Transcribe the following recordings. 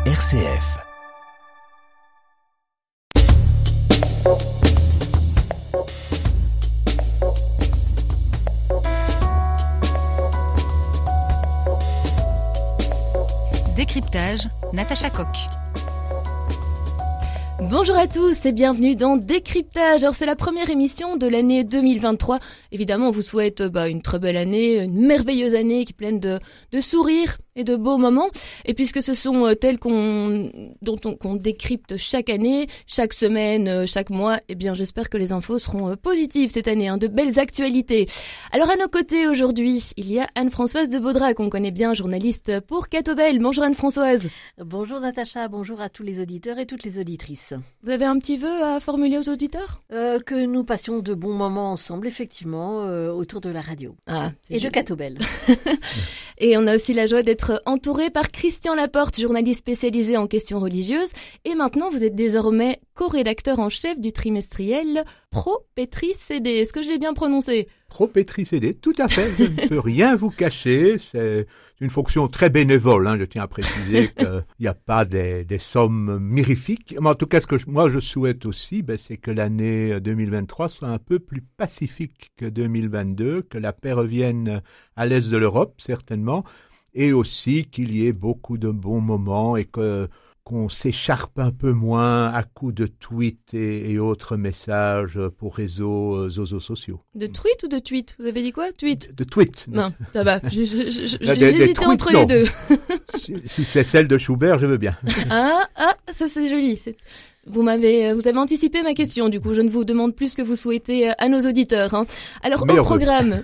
RCF. Décryptage, Natacha Coq. Bonjour à tous et bienvenue dans Décryptage. Alors c'est la première émission de l'année 2023. Évidemment, on vous souhaite une très belle année, une merveilleuse année qui est pleine de sourires et de beaux moments. Et puisque ce sont tels qu'on décrypte chaque année, chaque semaine, chaque mois, eh bien j'espère que les infos seront positives cette année, de belles actualités. Alors à nos côtés aujourd'hui, il y a Anne-Françoise de Baudrat qu'on connaît bien, journaliste pour Catobel. Bonjour Anne-Françoise. Bonjour Natacha, bonjour à tous les auditeurs et toutes les auditrices. Vous avez un petit vœu à formuler aux auditeurs ? Que nous passions de bons moments ensemble, effectivement, autour de la radio. Et de Catobel. Et on a aussi la joie d'être entouré par Christian Laporte, journaliste spécialisé en questions religieuses. Et maintenant, vous êtes désormais co-rédacteur en chef du trimestriel Pro-Pétri CD. Est-ce que je l'ai bien prononcé ? Pro-Pétri CD, tout à fait. Je ne peux rien vous cacher. C'est une fonction très bénévole. Je tiens à préciser qu'il n'y a pas des sommes mirifiques. Mais en tout cas, ce que moi je souhaite aussi, c'est que l'année 2023 soit un peu plus pacifique que 2022, que la paix revienne à l'est de l'Europe, certainement, et aussi qu'il y ait beaucoup de bons moments et qu'on s'écharpe un peu moins à coups de tweets et autres messages pour réseaux sociaux. De tweets ou de tweets ? Vous avez dit quoi ? Tweet ? De tweets. Non, ça va. J'hésitais entre les deux. Si c'est celle de Schubert, je veux bien. Ça c'est joli. Vous avez anticipé ma question, du coup, je ne vous demande plus ce que vous souhaitez à nos auditeurs. Alors, au programme,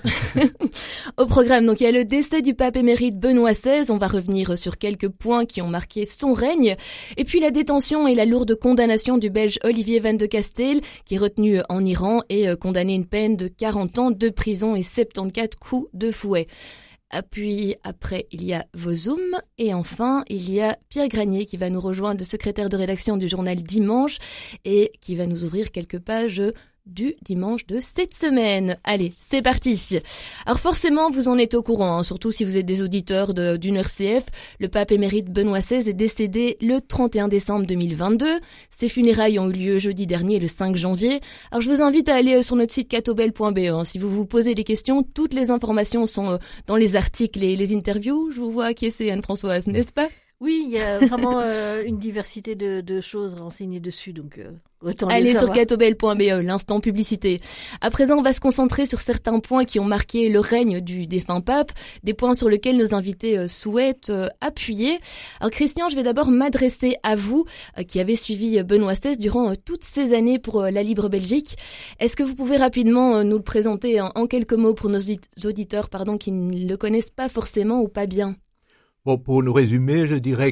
donc il y a le décès du pape émérite Benoît XVI, on va revenir sur quelques points qui ont marqué son règne, et puis la détention et la lourde condamnation du Belge Olivier Van de Castel, qui est retenu en Iran et condamné à une peine de 40 ans de prison et 74 coups de fouet. Puis après, il y a vos Zooms. Et enfin, il y a Pierre Granier qui va nous rejoindre, le secrétaire de rédaction du journal Dimanche, et qui va nous ouvrir quelques pages du dimanche de cette semaine. Allez, c'est parti. Alors forcément, vous en êtes au courant, surtout si vous êtes des auditeurs d'une RCF. Le pape émérite Benoît XVI est décédé le 31 décembre 2022. Ses funérailles ont eu lieu jeudi dernier, le 5 janvier. Alors je vous invite à aller sur notre site catobel.be. Si vous vous posez des questions, toutes les informations sont dans les articles et les interviews. Je vous vois acquiescer, Anne-Françoise, n'est-ce pas ? Oui, il y a vraiment une diversité de choses renseignées dessus, donc autant allez les sur catobel.be, l'instant publicité. À présent, on va se concentrer sur certains points qui ont marqué le règne du défunt pape, des points sur lesquels nos invités souhaitent appuyer. Alors Christian, je vais d'abord m'adresser à vous, qui avez suivi Benoît XVI durant toutes ces années pour la Libre Belgique. Est-ce que vous pouvez rapidement nous le présenter en quelques mots pour nos auditeurs qui ne le connaissent pas forcément ou pas bien ? Bon, pour nous résumer, je dirais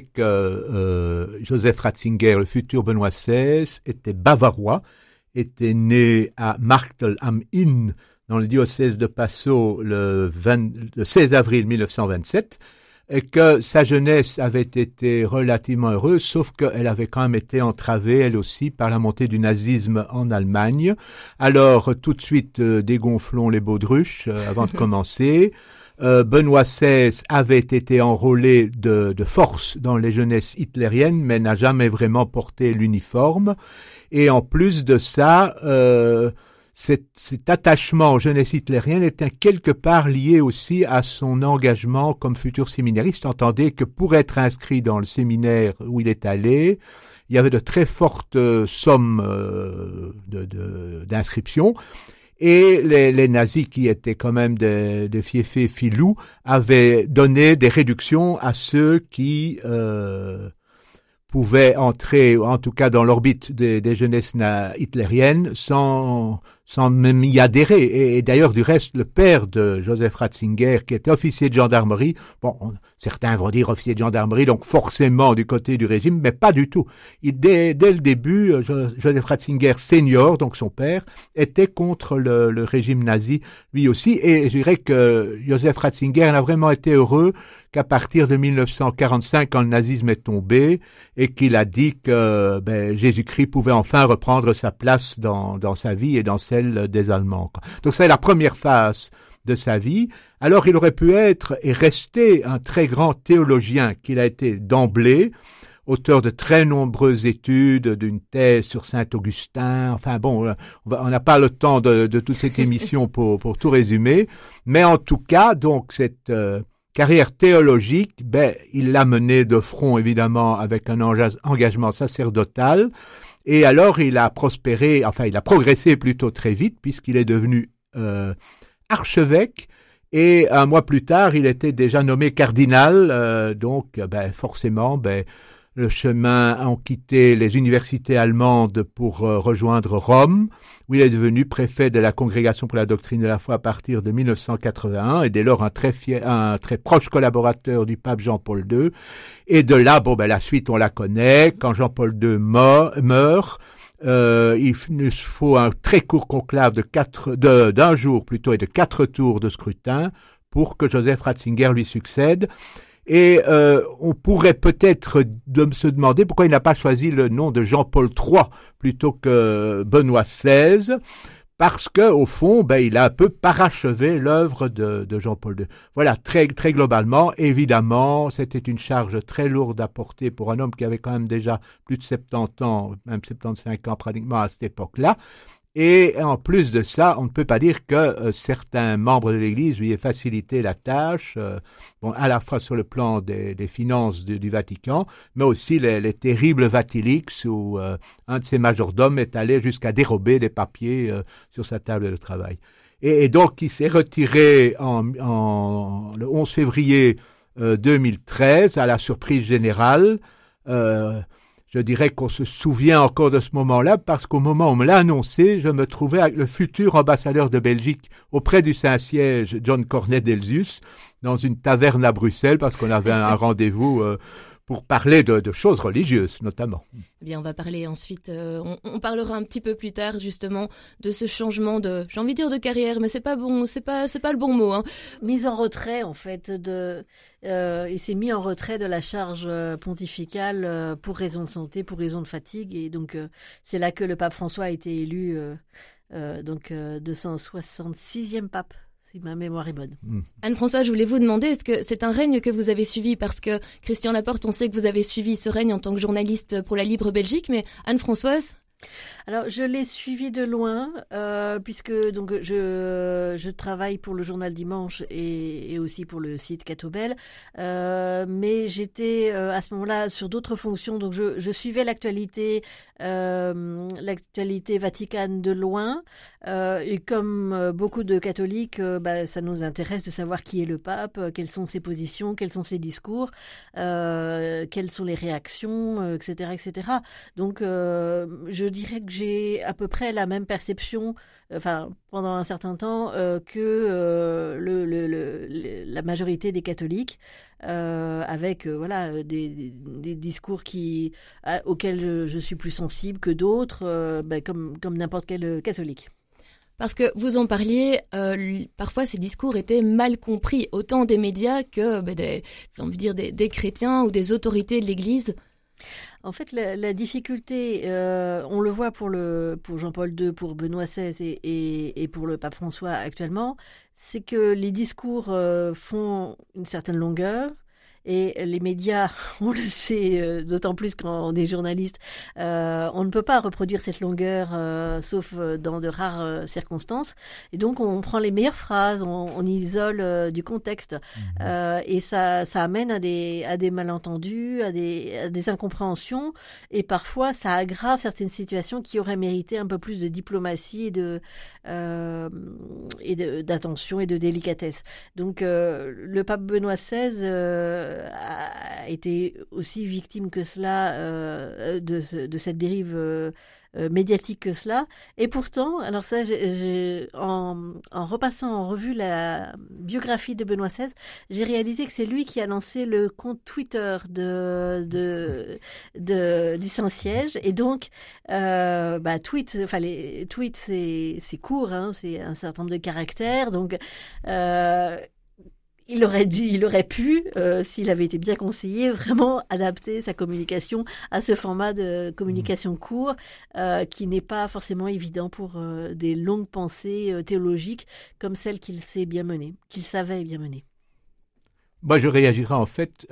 que Joseph Ratzinger, le futur Benoît XVI, était bavarois, était né à Marktl am Inn, dans le diocèse de Passau, le 16 avril 1927, et que sa jeunesse avait été relativement heureuse, sauf qu'elle avait quand même été entravée, elle aussi, par la montée du nazisme en Allemagne. Alors, tout de suite, dégonflons les baudruches avant de commencer. Benoît XVI avait été enrôlé de force dans les jeunesses hitlériennes, mais n'a jamais vraiment porté l'uniforme. Et en plus de ça, cet attachement aux jeunesses hitlériennes était quelque part lié aussi à son engagement comme futur séminariste. Entendez que pour être inscrit dans le séminaire où il est allé, il y avait de très fortes sommes d'inscription. Et les nazis, qui étaient quand même des fiefés filous, avaient donné des réductions à ceux qui pouvaient entrer, en tout cas dans l'orbite des jeunesses hitlériennes, sans même y adhérer. Et d'ailleurs, du reste, le père de Joseph Ratzinger, qui était officier de gendarmerie, certains vont dire officier de gendarmerie, donc forcément du côté du régime, mais pas du tout. Dès le début, Joseph Ratzinger senior, donc son père, était contre le régime nazi lui aussi, et je dirais que Joseph Ratzinger a vraiment été heureux qu'à partir de 1945, quand le nazisme est tombé, et qu'il a dit que Jésus-Christ pouvait enfin reprendre sa place dans sa vie et dans celle des Allemands. Donc c'est la première phase de sa vie. Alors il aurait pu être et rester un très grand théologien qu'il a été d'emblée, auteur de très nombreuses études, d'une thèse sur Saint-Augustin. Enfin bon, on n'a pas le temps de toute cette émission pour tout résumer. Mais en tout cas, donc cette carrière théologique, il l'a menée de front évidemment avec un engagement sacerdotal. Et alors il a progressé plutôt très vite puisqu'il est devenu archevêque. Et un mois plus tard, il était déjà nommé cardinal, donc forcément, le chemin ont quitté les universités allemandes pour rejoindre Rome, où il est devenu préfet de la Congrégation pour la doctrine de la foi à partir de 1981, et dès lors un très proche collaborateur du pape Jean-Paul II. Et de là, la suite on la connaît. Quand Jean-Paul II meurt, il nous faut un très court conclave d'un jour plutôt et de 4 tours de scrutin pour que Joseph Ratzinger lui succède. Et on pourrait peut-être se demander pourquoi il n'a pas choisi le nom de Jean-Paul III plutôt que Benoît XVI, parce que au fond, il a un peu parachevé l'œuvre de Jean-Paul II. Voilà, très très globalement, évidemment, c'était une charge très lourde à porter pour un homme qui avait quand même déjà plus de 70 ans, même 75 ans pratiquement à cette époque-là. Et en plus de ça, on ne peut pas dire que certains membres de l'Église lui aient facilité la tâche, à la fois sur le plan des finances du Vatican, mais aussi les terribles Vatilix où un de ses majordomes est allé jusqu'à dérober des papiers sur sa table de travail. Et donc, il s'est retiré le 11 février 2013 à la surprise générale. Je dirais qu'on se souvient encore de ce moment-là parce qu'au moment où on me l'a annoncé, je me trouvais avec le futur ambassadeur de Belgique auprès du Saint-Siège, John Cornet-Delzius, dans une taverne à Bruxelles parce qu'on avait un rendez-vous pour parler de choses religieuses, notamment. Eh bien, on va parler ensuite, on parlera un petit peu plus tard, justement, de ce changement j'ai envie de dire de carrière, mais c'est pas bon, c'est pas le bon mot, hein. Mise en retrait, en fait, il s'est mis en retrait de la charge pontificale pour raison de santé, pour raison de fatigue, et donc, c'est là que le pape François a été élu, 266e pape. Si ma mémoire est bonne. Anne-Françoise, je voulais vous demander, est-ce que c'est un règne que vous avez suivi? Parce que Christian Laporte, on sait que vous avez suivi ce règne en tant que journaliste pour la Libre Belgique, mais Anne-Françoise? Alors, je l'ai suivi de loin, puisque donc je travaille pour le journal Dimanche et aussi pour le site Catobel, mais j'étais à ce moment-là sur d'autres fonctions, donc je suivais l'actualité vaticane de loin, et comme beaucoup de catholiques, ça nous intéresse de savoir qui est le pape, quelles sont ses positions, quels sont ses discours, quelles sont les réactions, etc., etc. Donc, je dirais que j'ai à peu près la même perception, pendant un certain temps, que la majorité des catholiques, avec des discours auxquels je suis plus sensible que d'autres, comme n'importe quel catholique. Parce que vous en parliez, parfois ces discours étaient mal compris, autant des médias que des chrétiens ou des autorités de l'Église. En fait, la difficulté, on le voit pour Jean-Paul II, pour Benoît XVI et pour le pape François actuellement, c'est que les discours font une certaine longueur. Et les médias, on le sait, d'autant plus quand on est journaliste, on ne peut pas reproduire cette longueur, sauf dans de rares circonstances. Et donc, on prend les meilleures phrases, on isole du contexte. Et ça amène à des malentendus, à des incompréhensions. Et parfois, ça aggrave certaines situations qui auraient mérité un peu plus de diplomatie et d'attention et de délicatesse. Donc, le pape Benoît XVI a été aussi victime que cela de cette dérive médiatique que cela. Et pourtant, alors ça, en repassant en revue la biographie de Benoît XVI, j'ai réalisé que c'est lui qui a lancé le compte Twitter du Saint-Siège. Et donc, les tweets, c'est court, hein, c'est un certain nombre de caractères. Donc, il aurait pu, s'il avait été bien conseillé, vraiment adapter sa communication à ce format de communication court, qui n'est pas forcément évident pour des longues pensées théologiques comme celles qu'il savait bien mener. Moi, je réagirais en fait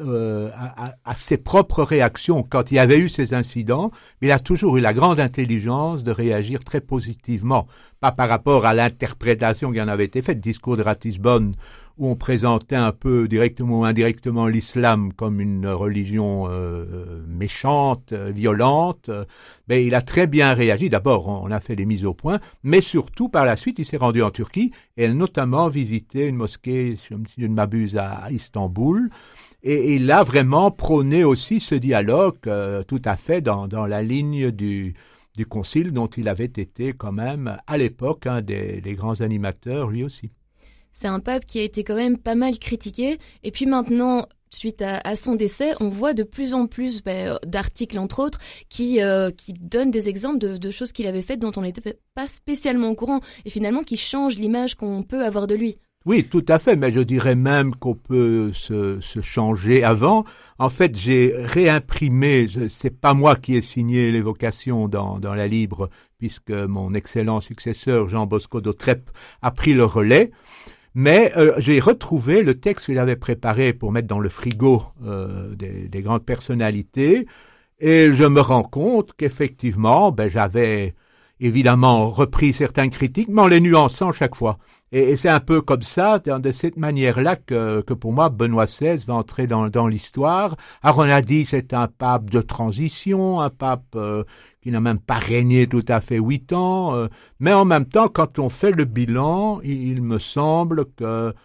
à ses propres réactions quand il y avait eu ces incidents. Mais il a toujours eu la grande intelligence de réagir très positivement, pas par rapport à l'interprétation qui en avait été faite. Discours de Ratisbonne, où on présentait un peu directement ou indirectement l'islam comme une religion méchante, violente. Mais il a très bien réagi. D'abord, on a fait des mises au point, mais surtout, par la suite, il s'est rendu en Turquie et a notamment visité une mosquée, si je ne m'abuse, à Istanbul. Et il a vraiment prôné aussi ce dialogue tout à fait dans la ligne du concile dont il avait été quand même, à l'époque, un des grands animateurs, lui aussi. C'est un pape qui a été quand même pas mal critiqué. Et puis maintenant, suite à son décès, on voit de plus en plus d'articles, entre autres, qui donnent des exemples de choses qu'il avait faites dont on n'était pas spécialement au courant. Et finalement, qui changent l'image qu'on peut avoir de lui. Oui, tout à fait. Mais je dirais même qu'on peut se changer avant. En fait, j'ai réimprimé, c'est pas moi qui ai signé l'évocation dans la Libre, puisque mon excellent successeur, Jean Bosco d'Autrep, a pris le relais. Mais j'ai retrouvé le texte qu'il avait préparé pour mettre dans le frigo des grandes personnalités, et je me rends compte qu'effectivement, j'avais évidemment repris certaines critiques, mais en les nuançant chaque fois. Et c'est un peu comme ça, de cette manière-là, que pour moi, Benoît XVI va entrer dans l'histoire. Alors on a dit c'est un pape de transition, un pape qui n'a même pas régné tout à fait 8 ans, mais en même temps, quand on fait le bilan, il me semble que,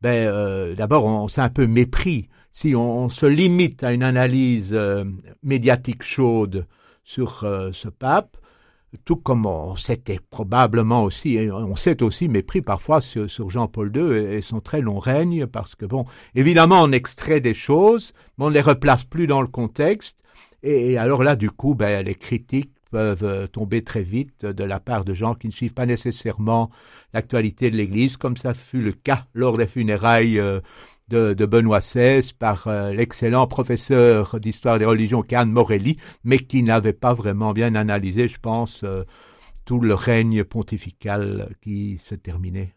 d'abord, c'est un peu mépris. Si on se limite à une analyse médiatique chaude sur ce pape, tout comme on s'était probablement aussi, et on s'est aussi mépris parfois sur Jean-Paul II et son très long règne, parce que évidemment on extrait des choses, mais on ne les replace plus dans le contexte, et alors là du coup, les critiques peuvent tomber très vite de la part de gens qui ne suivent pas nécessairement l'actualité de l'Église, comme ça fut le cas lors des funérailles de Benoît XVI par l'excellent professeur d'histoire des religions Anne Morelli, mais qui n'avait pas vraiment bien analysé, je pense, tout le règne pontifical qui se terminait.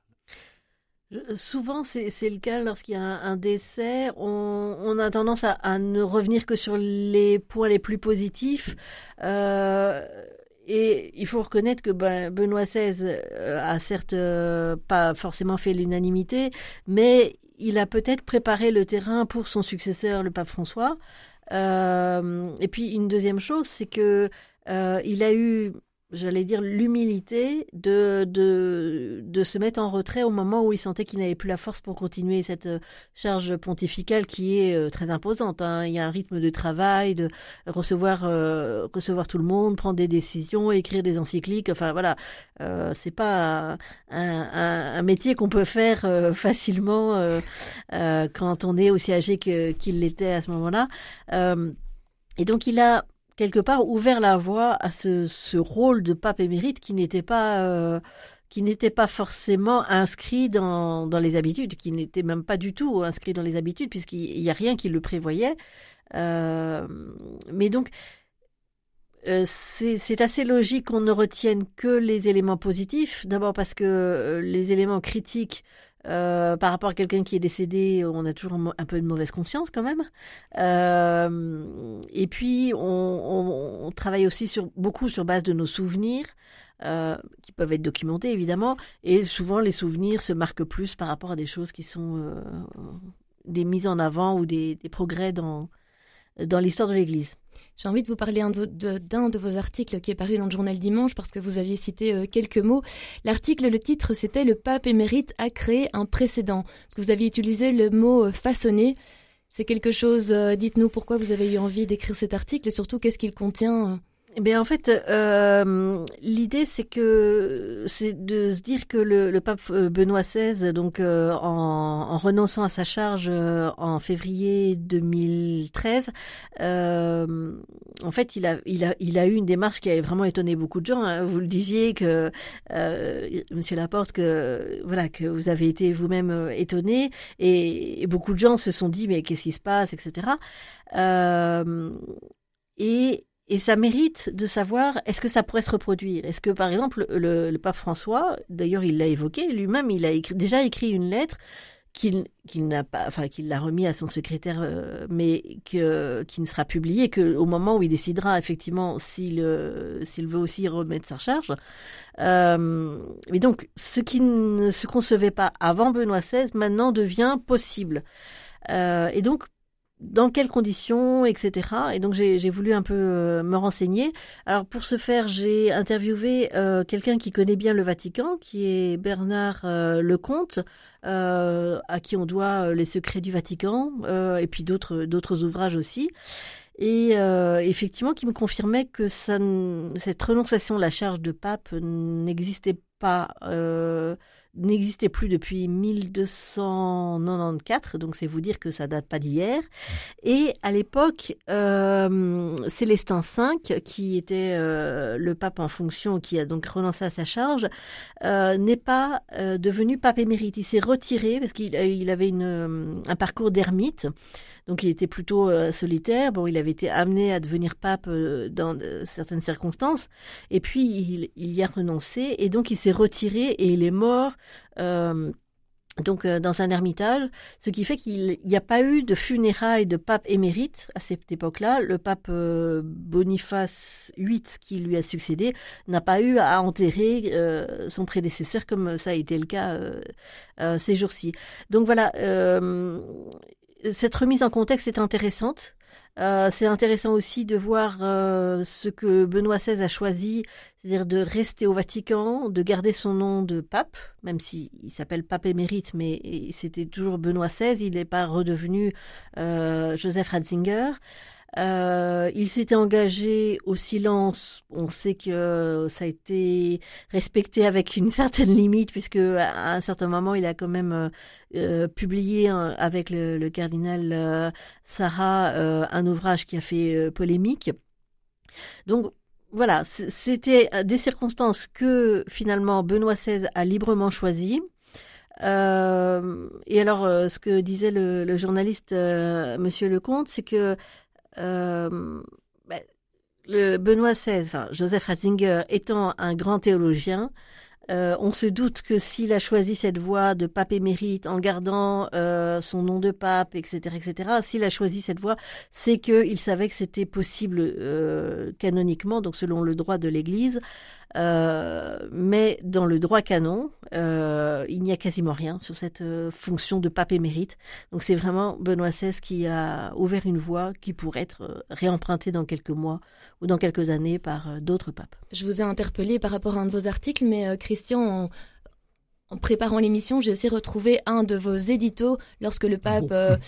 Souvent, c'est le cas lorsqu'il y a un décès. On a tendance à ne revenir que sur les points les plus positifs. Et il faut reconnaître que Benoît XVI a certes pas forcément fait l'unanimité, mais il a peut-être préparé le terrain pour son successeur, le pape François. Et puis une deuxième chose, c'est que il a eu, j'allais dire, l'humilité de se mettre en retrait au moment où il sentait qu'il n'avait plus la force pour continuer cette charge pontificale qui est très imposante. Il y a un rythme de travail, de recevoir tout le monde, prendre des décisions, écrire des encycliques. Enfin voilà, c'est pas un métier qu'on peut faire facilement quand on est aussi âgé qu'il l'était à ce moment-là. Et donc il a quelque part ouvert la voie à ce rôle de pape émérite qui n'était pas forcément inscrit dans les habitudes, qui n'était même pas du tout inscrit dans les habitudes, puisqu'il n'y a rien qui le prévoyait. Mais donc, c'est assez logique qu'on ne retienne que les éléments positifs. D'abord parce que les éléments critiques, par rapport à quelqu'un qui est décédé, on a toujours un peu de mauvaise conscience quand même. Et puis, on travaille aussi beaucoup sur base de nos souvenirs, qui peuvent être documentés évidemment. Et souvent, les souvenirs se marquent plus par rapport à des choses qui sont des mises en avant ou des progrès dans l'histoire de l'Église. J'ai envie de vous parler d'un de vos articles qui est paru dans le journal Dimanche parce que vous aviez cité quelques mots. L'article, le titre, c'était « Le pape émérite a créé un précédent ». Parce que vous aviez utilisé le mot « façonner ». C'est quelque chose, dites-nous pourquoi vous avez eu envie d'écrire cet article et surtout qu'est-ce qu'il contient Eh bien, en fait, l'idée, c'est de se dire que le pape Benoît XVI, donc en renonçant à sa charge en février 2013, en fait, il a eu une démarche qui avait vraiment étonné beaucoup de gens. Vous le disiez que Monsieur Laporte, que vous avez été vous-même étonné, et beaucoup de gens se sont dit mais qu'est-ce qui se passe, etc. Et ça mérite de savoir, est-ce que ça pourrait se reproduire ? Est-ce que, par exemple, le pape François, d'ailleurs il l'a évoqué, lui-même, il a déjà écrit une lettre qu'il l'a remis à son secrétaire, mais qui ne sera publié qu'au moment où il décidera effectivement s'il veut aussi remettre sa charge. Mais donc, ce qui ne se concevait pas avant Benoît XVI, maintenant devient possible. Et donc, dans quelles conditions, etc. Et donc, j'ai voulu un peu me renseigner. Alors, pour ce faire, j'ai interviewé quelqu'un qui connaît bien le Vatican, qui est Bernard Lecomte, à qui on doit Les Secrets du Vatican, et puis d'autres ouvrages aussi. Et effectivement, qui me confirmait que cette renonciation à la charge de pape n'existait plus depuis 1294, donc c'est vous dire que ça date pas d'hier. Et à l'époque, Célestin V, qui était le pape en fonction, qui a donc renoncé à sa charge, n'est pas devenu pape émérite. Il s'est retiré parce qu'il avait un parcours d'ermite. Donc il était plutôt solitaire. Bon, il avait été amené à devenir pape dans certaines circonstances. Et puis il y a renoncé. Et donc il s'est retiré et il est mort dans un ermitage. Ce qui fait qu'il n'y a pas eu de funérailles de pape émérite à cette époque-là. Le pape Boniface VIII, qui lui a succédé, n'a pas eu à enterrer son prédécesseur comme ça a été le cas ces jours-ci. Donc voilà. Cette remise en contexte est intéressante. C'est intéressant aussi de voir ce que Benoît XVI a choisi, c'est-à-dire de rester au Vatican, de garder son nom de pape, même s'il s'appelle pape émérite, mais c'était toujours Benoît XVI, il n'est pas redevenu Joseph Ratzinger. Il s'était engagé au silence. On sait que ça a été respecté avec une certaine limite, puisque à un certain moment, il a quand même publié avec le cardinal Sarah un ouvrage qui a fait polémique. Donc voilà, c'était des circonstances que finalement Benoît XVI a librement choisies. Et alors, ce que disait le journaliste Monsieur Lecomte, c'est que le Benoît XVI, Joseph Ratzinger étant un grand théologien, on se doute que s'il a choisi cette voie de pape émérite en gardant son nom de pape, etc., s'il a choisi cette voie, c'est qu'il savait que c'était possible canoniquement, donc selon le droit de l'Église. Mais dans le droit canon, il n'y a quasiment rien sur cette fonction de pape émérite. Donc c'est vraiment Benoît XVI qui a ouvert une voie qui pourrait être réempruntée dans quelques mois ou dans quelques années par d'autres papes. Je vous ai interpellé par rapport à un de vos articles, mais Christian, en préparant l'émission, j'ai aussi retrouvé un de vos éditos lorsque le pape,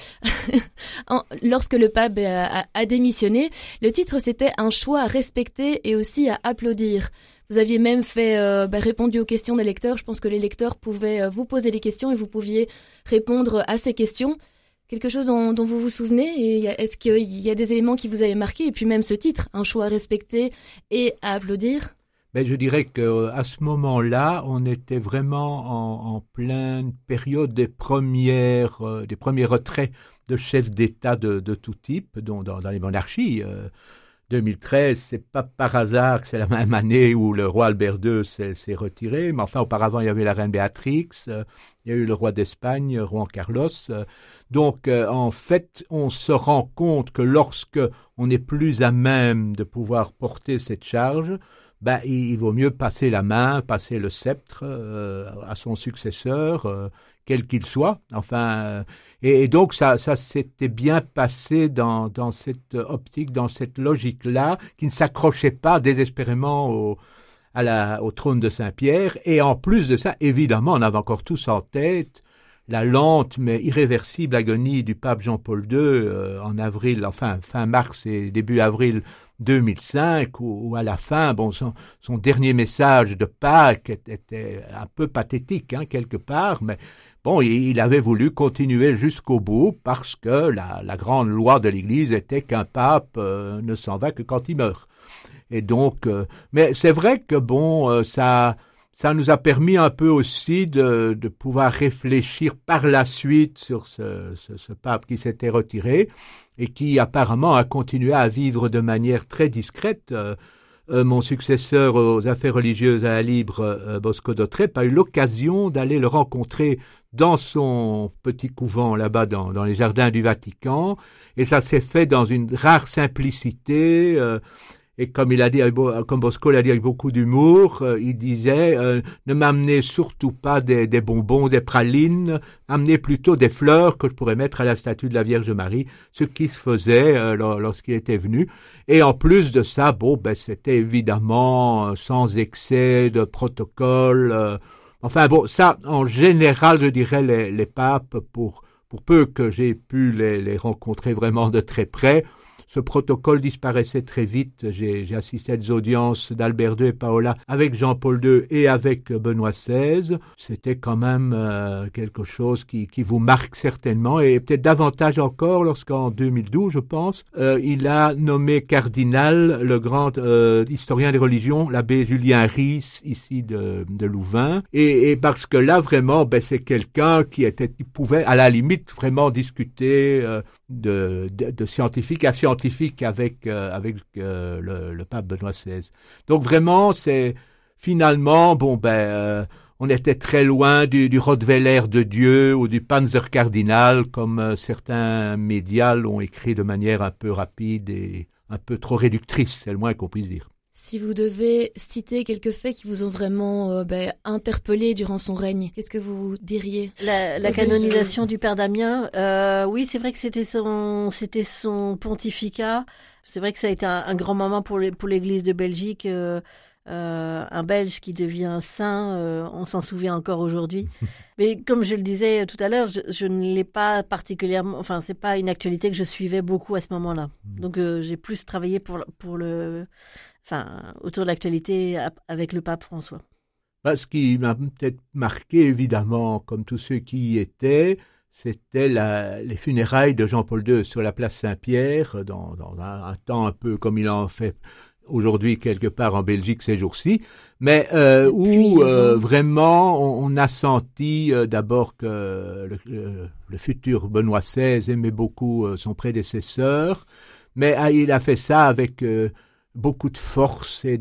a démissionné. Le titre, c'était « Un choix à respecter et aussi à applaudir ». Vous aviez même répondu aux questions des lecteurs. Je pense que les lecteurs pouvaient vous poser des questions et vous pouviez répondre à ces questions. Quelque chose dont vous vous souvenez? Et est-ce qu'il y a des éléments qui vous avaient marqué? Et puis même ce titre, un choix à respecter et à applaudir? Mais je dirais qu'à ce moment-là, on était vraiment en pleine période des premiers retraits de chefs d'État de tout type, dont dans les monarchies. 2013, c'est pas par hasard que c'est la même année où le roi Albert II s'est retiré, mais enfin auparavant il y avait la reine Béatrix, il y a eu le roi d'Espagne, Juan Carlos. Donc en fait, on se rend compte que lorsque on n'est plus à même de pouvoir porter cette charge, il vaut mieux passer la main, passer le sceptre à son successeur, quel qu'il soit. Enfin, et donc ça s'était bien passé dans cette optique, dans cette logique-là, qui ne s'accrochait pas désespérément au trône de Saint-Pierre. Et en plus de ça, évidemment, on avait encore tous en tête la lente mais irréversible agonie du pape Jean-Paul II en avril, fin mars et début avril 2005, où à la fin, son dernier message de Pâques était un peu pathétique, quelque part, mais il avait voulu continuer jusqu'au bout parce que la grande loi de l'Église était qu'un pape ne s'en va que quand il meurt. Et donc, mais c'est vrai que ça nous a permis un peu aussi de pouvoir réfléchir par la suite sur ce pape qui s'était retiré et qui apparemment a continué à vivre de manière très discrète. Mon successeur aux affaires religieuses à la Libre, Bosco Dautrep, a eu l'occasion d'aller le rencontrer dans son petit couvent là-bas dans les jardins du Vatican, et ça s'est fait dans une rare simplicité, et comme il a dit, comme Bosco l'a dit avec beaucoup d'humour, il disait ne m'amenez surtout pas des bonbons, des pralines, amenez plutôt des fleurs que je pourrais mettre à la statue de la Vierge Marie, ce qui se faisait lorsqu'il était venu. Et en plus de ça, c'était évidemment sans excès de protocole. Ça, en général, je dirais les papes, pour peu que j'ai pu les rencontrer vraiment de très près, ce protocole disparaissait très vite. J'ai assisté à des audiences d'Albert II et Paola avec Jean-Paul II et avec Benoît XVI. C'était quand même quelque chose qui vous marque certainement, et peut-être davantage encore lorsqu'en 2012, je pense, il a nommé cardinal le grand historien des religions, l'abbé Julien Ries, ici de Louvain. Et parce que là, vraiment, c'est quelqu'un qui pouvait, à la limite, vraiment discuter de scientifique à scientifique avec le pape Benoît XVI. Donc vraiment, c'est finalement, on était très loin du Rottweiler de Dieu ou du Panzer cardinal, comme certains médias l'ont écrit de manière un peu rapide et un peu trop réductrice, c'est le moins qu'on puisse dire. Si vous devez citer quelques faits qui vous ont vraiment interpellé durant son règne, qu'est-ce que vous diriez ? La canonisation du père Damien, oui, c'est vrai que c'était son pontificat. C'est vrai que ça a été un grand moment pour l'Église de Belgique. Un Belge qui devient saint, on s'en souvient encore aujourd'hui. Mais comme je le disais tout à l'heure, je ne l'ai pas particulièrement. Enfin, c'est pas une actualité que je suivais beaucoup à ce moment-là. Donc, j'ai plus travaillé autour de l'actualité avec le pape François. Ce qui m'a peut-être marqué, évidemment, comme tous ceux qui y étaient, c'était les funérailles de Jean-Paul II sur la place Saint-Pierre, dans un temps un peu comme il en fait aujourd'hui quelque part en Belgique ces jours-ci, mais où vraiment on a senti d'abord que le futur Benoît XVI aimait beaucoup son prédécesseur, mais il a fait ça avec beaucoup de force et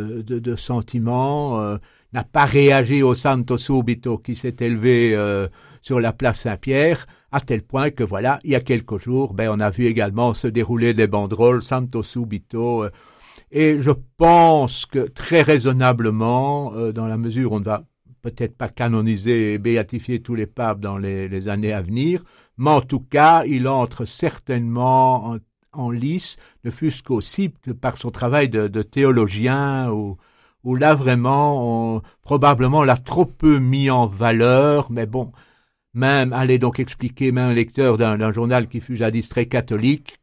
de sentiments, n'a pas réagi au Santo Subito qui s'est élevé sur la place Saint-Pierre, à tel point que voilà, il y a quelques jours, on a vu également se dérouler des banderoles Santo Subito, et je pense que très raisonnablement, dans la mesure où on ne va peut-être pas canoniser et béatifier tous les papes dans les années à venir, mais en tout cas, il entre certainement en lice, ne fût-ce qu'aussi par son travail de théologien, où là vraiment, probablement on l'a trop peu mis en valeur, mais bon, même, allez donc expliquer, même un lecteur d'un journal qui fut jadis très catholique,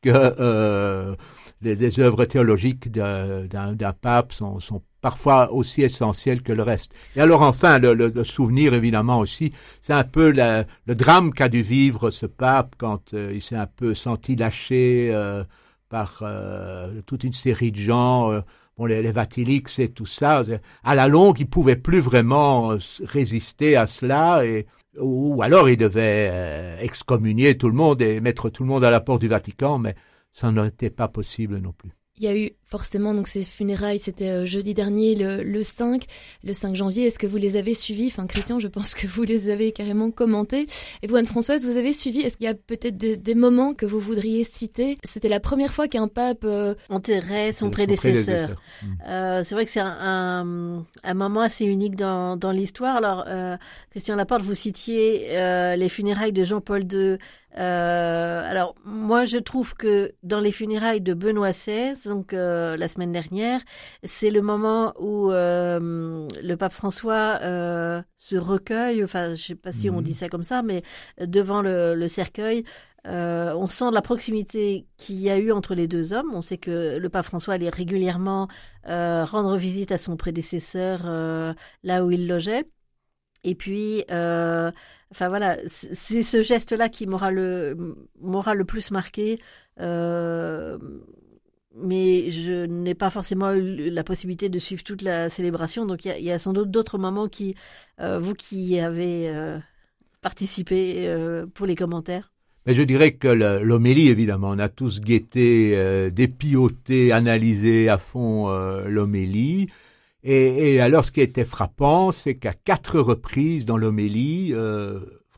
que les œuvres théologiques d'un pape sont parfois aussi essentielles que le reste. Et alors enfin, le souvenir évidemment aussi, c'est un peu le drame qu'a dû vivre ce pape quand il s'est un peu senti lâché par toute une série de gens, les Vatilix et tout ça. À la longue, il pouvait plus vraiment résister à cela, ou alors il devait excommunier tout le monde et mettre tout le monde à la porte du Vatican, mais ça n'était pas possible non plus. Il y a eu forcément donc ces funérailles, c'était jeudi dernier, le 5 janvier. Est-ce que vous les avez suivis ? Enfin, Christian, je pense que vous les avez carrément commentés. Et vous, Anne-Françoise, vous avez suivi ? Est-ce qu'il y a peut-être des moments que vous voudriez citer ? C'était la première fois qu'un pape enterrait son prédécesseur. C'est vrai que c'est un moment assez unique dans l'histoire. Alors, Christian Laporte, vous citiez les funérailles de Jean-Paul II. Alors, moi, je trouve que dans les funérailles de Benoît XVI, donc la semaine dernière, c'est le moment où le pape François se recueille, enfin, je sais pas si on dit ça comme ça, mais devant le cercueil, on sent la proximité qu'il y a eu entre les deux hommes. On sait que le pape François allait régulièrement rendre visite à son prédécesseur là où il logeait. Et puis, voilà, c'est ce geste-là qui m'aura le plus marqué. Mais je n'ai pas forcément eu la possibilité de suivre toute la célébration. Donc, il y a sans doute d'autres moments vous qui avez participé pour les commentaires. Mais je dirais que l'homélie, évidemment, on a tous guetté, dépioté, analysé à fond l'homélie. Et alors, ce qui était frappant, c'est qu'à 4 reprises dans l'homélie,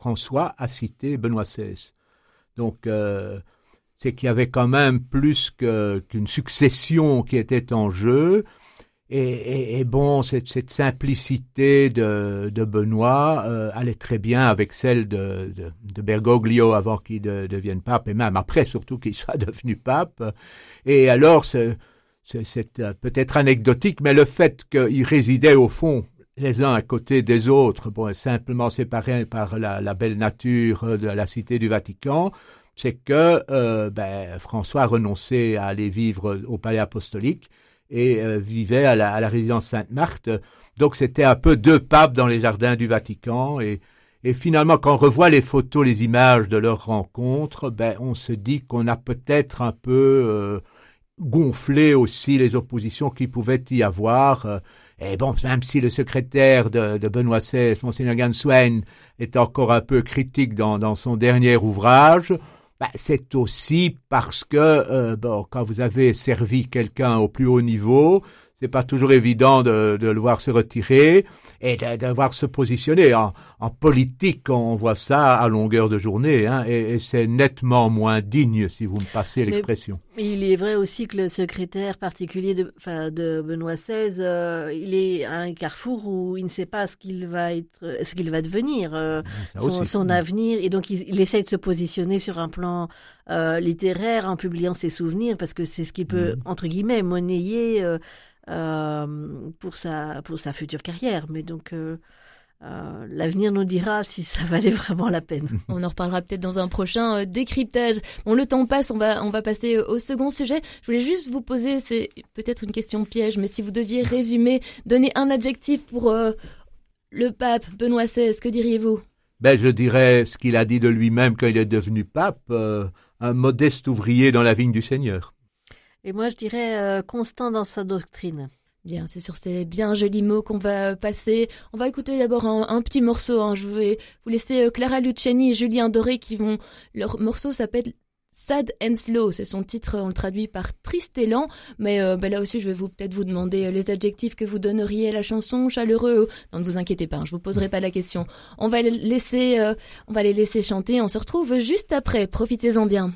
François a cité Benoît XVI. Donc, c'est qu'il y avait quand même plus qu'une succession qui était en jeu. Et bon, cette simplicité de Benoît allait très bien avec celle de Bergoglio avant qu'il devienne pape, et même après, surtout qu'il soit devenu pape. Et alors, c'est peut-être anecdotique, mais le fait qu'ils résidaient au fond les uns à côté des autres, bon, simplement séparés par la belle nature de la cité du Vatican, c'est que François a renoncé à aller vivre au palais apostolique et vivait à la résidence Sainte-Marthe. Donc c'était un peu deux papes dans les jardins du Vatican. Et finalement, quand on revoit les photos, les images de leur rencontre, on se dit qu'on a peut-être un peu gonflé aussi les oppositions qu'il pouvait y avoir. Et bon, même si le secrétaire de Benoît XVI, Monseigneur Ganswein, est encore un peu critique dans son dernier ouvrage, c'est aussi parce que quand vous avez servi quelqu'un au plus haut niveau, c'est pas toujours évident de le voir se retirer et de voir se positionner. En politique, on voit ça à longueur de journée, hein, et c'est nettement moins digne, si vous me passez l'expression. Mais il est vrai aussi que le secrétaire particulier de Benoît XVI, il est à un carrefour où il ne sait pas ce qu'il va devenir, son avenir, et donc il essaie de se positionner sur un plan littéraire en publiant ses souvenirs, parce que c'est ce qu'il peut, entre guillemets, monnayer pour sa future carrière. Mais donc l'avenir nous dira si ça valait vraiment la peine. On en reparlera peut-être dans un prochain décryptage. Bon, le temps passe, on va passer au second sujet. Je voulais juste vous poser, c'est peut-être une question piège, mais si vous deviez résumer, donner un adjectif pour le pape Benoît XVI, que diriez-vous ? Je dirais ce qu'il a dit de lui-même quand il est devenu pape, un modeste ouvrier dans la vigne du Seigneur. Et moi, je dirais constant dans sa doctrine. Bien, c'est sur ces bien jolis mots qu'on va passer. On va écouter d'abord un petit morceau. Hein. Je vais vous laisser Clara Luciani et Julien Doré leur morceau s'appelle Sad and Slow. C'est son titre, on le traduit par triste et lent. Mais là aussi, je vais peut-être vous demander les adjectifs que vous donneriez à la chanson, chaleureux. Non, ne vous inquiétez pas, je vous poserai pas la question. On va les laisser chanter. On se retrouve juste après. Profitez-en bien.